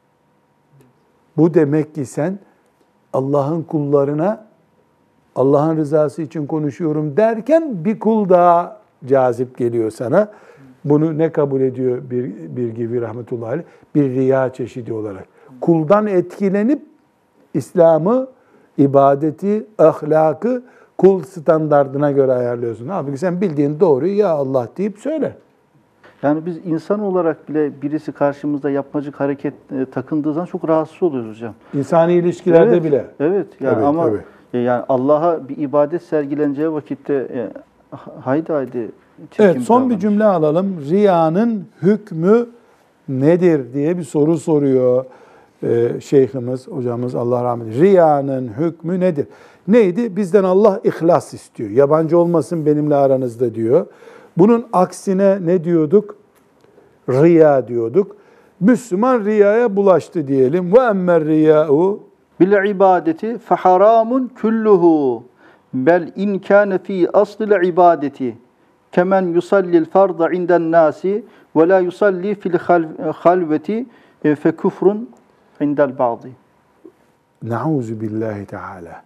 Bu demek ki sen Allah'ın kullarına Allah'ın rızası için konuşuyorum derken bir kul daha cazip geliyor sana. Bunu ne kabul ediyor bir, bir gibi rahmetullahi aleyh? Bir riya çeşidi olarak. Kuldan etkilenip İslam'ı, ibadeti, ahlakı kul standardına göre ayarlıyorsun. Halbuki sen bildiğin doğruyu ya Allah deyip söyle. Yani biz insan olarak bile birisi karşımızda yapmacık hareket e, takındığı zaman çok rahatsız oluyoruz hocam. İnsani ilişkilerde Evet, bile. Evet. Yani Tabii, ama tabii. e, yani Allah'a bir ibadet sergileneceği vakitte e, haydi haydi çekim Evet, son bir davranış. cümle alalım. Riyanın hükmü nedir diye bir soru soruyor e, şeyhimiz, hocamız Allah rahmet eylesin. Riyanın hükmü nedir? Neydi? Bizden Allah ihlas istiyor. Yabancı olmasın benimle aranızda diyor. Bunun aksine ne diyorduk? Riya diyorduk. Müslüman riyaya bulaştı diyelim. Ve emmer riya'u Bil ibadeti fe haramun kulluhu bel in kana fi aslil ibadeti kemen yusallil farda inden nasi ve la yusalli fil halveti fe kufrun indel ba'di. Nauzu billahi teala.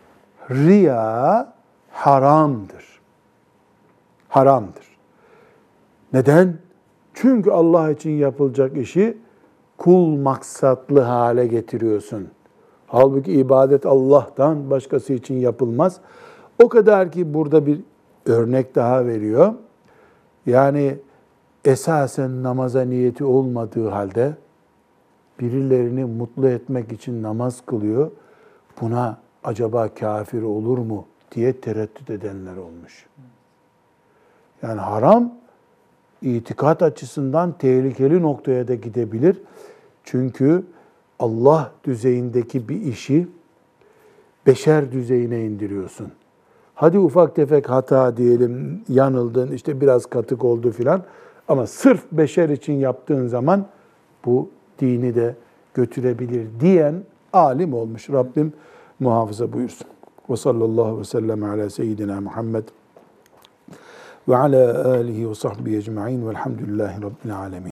Riya haramdır. Haramdır. Neden? Çünkü Allah için yapılacak işi kul maksatlı hale getiriyorsun. Halbuki ibadet Allah'tan başkası için yapılmaz. O kadar ki burada bir örnek daha veriyor. Yani esasen namaza niyeti olmadığı halde birilerini mutlu etmek için namaz kılıyor. Buna acaba kafir olur mu diye tereddüt edenler olmuş. Yani haram itikat açısından tehlikeli noktaya da gidebilir. Çünkü Allah düzeyindeki bir işi beşer düzeyine indiriyorsun. Hadi ufak tefek hata diyelim, yanıldın, işte biraz katık oldu filan. Ama sırf beşer için yaptığın zaman bu dini de götürebilir diyen alim olmuş. Rabbim muhafaza buyursun. Ve sallallahu ve sellem ala seyyidina Muhammed ve ala alihi ve sahbihi ecma'in velhamdülillahi rabbil alemin.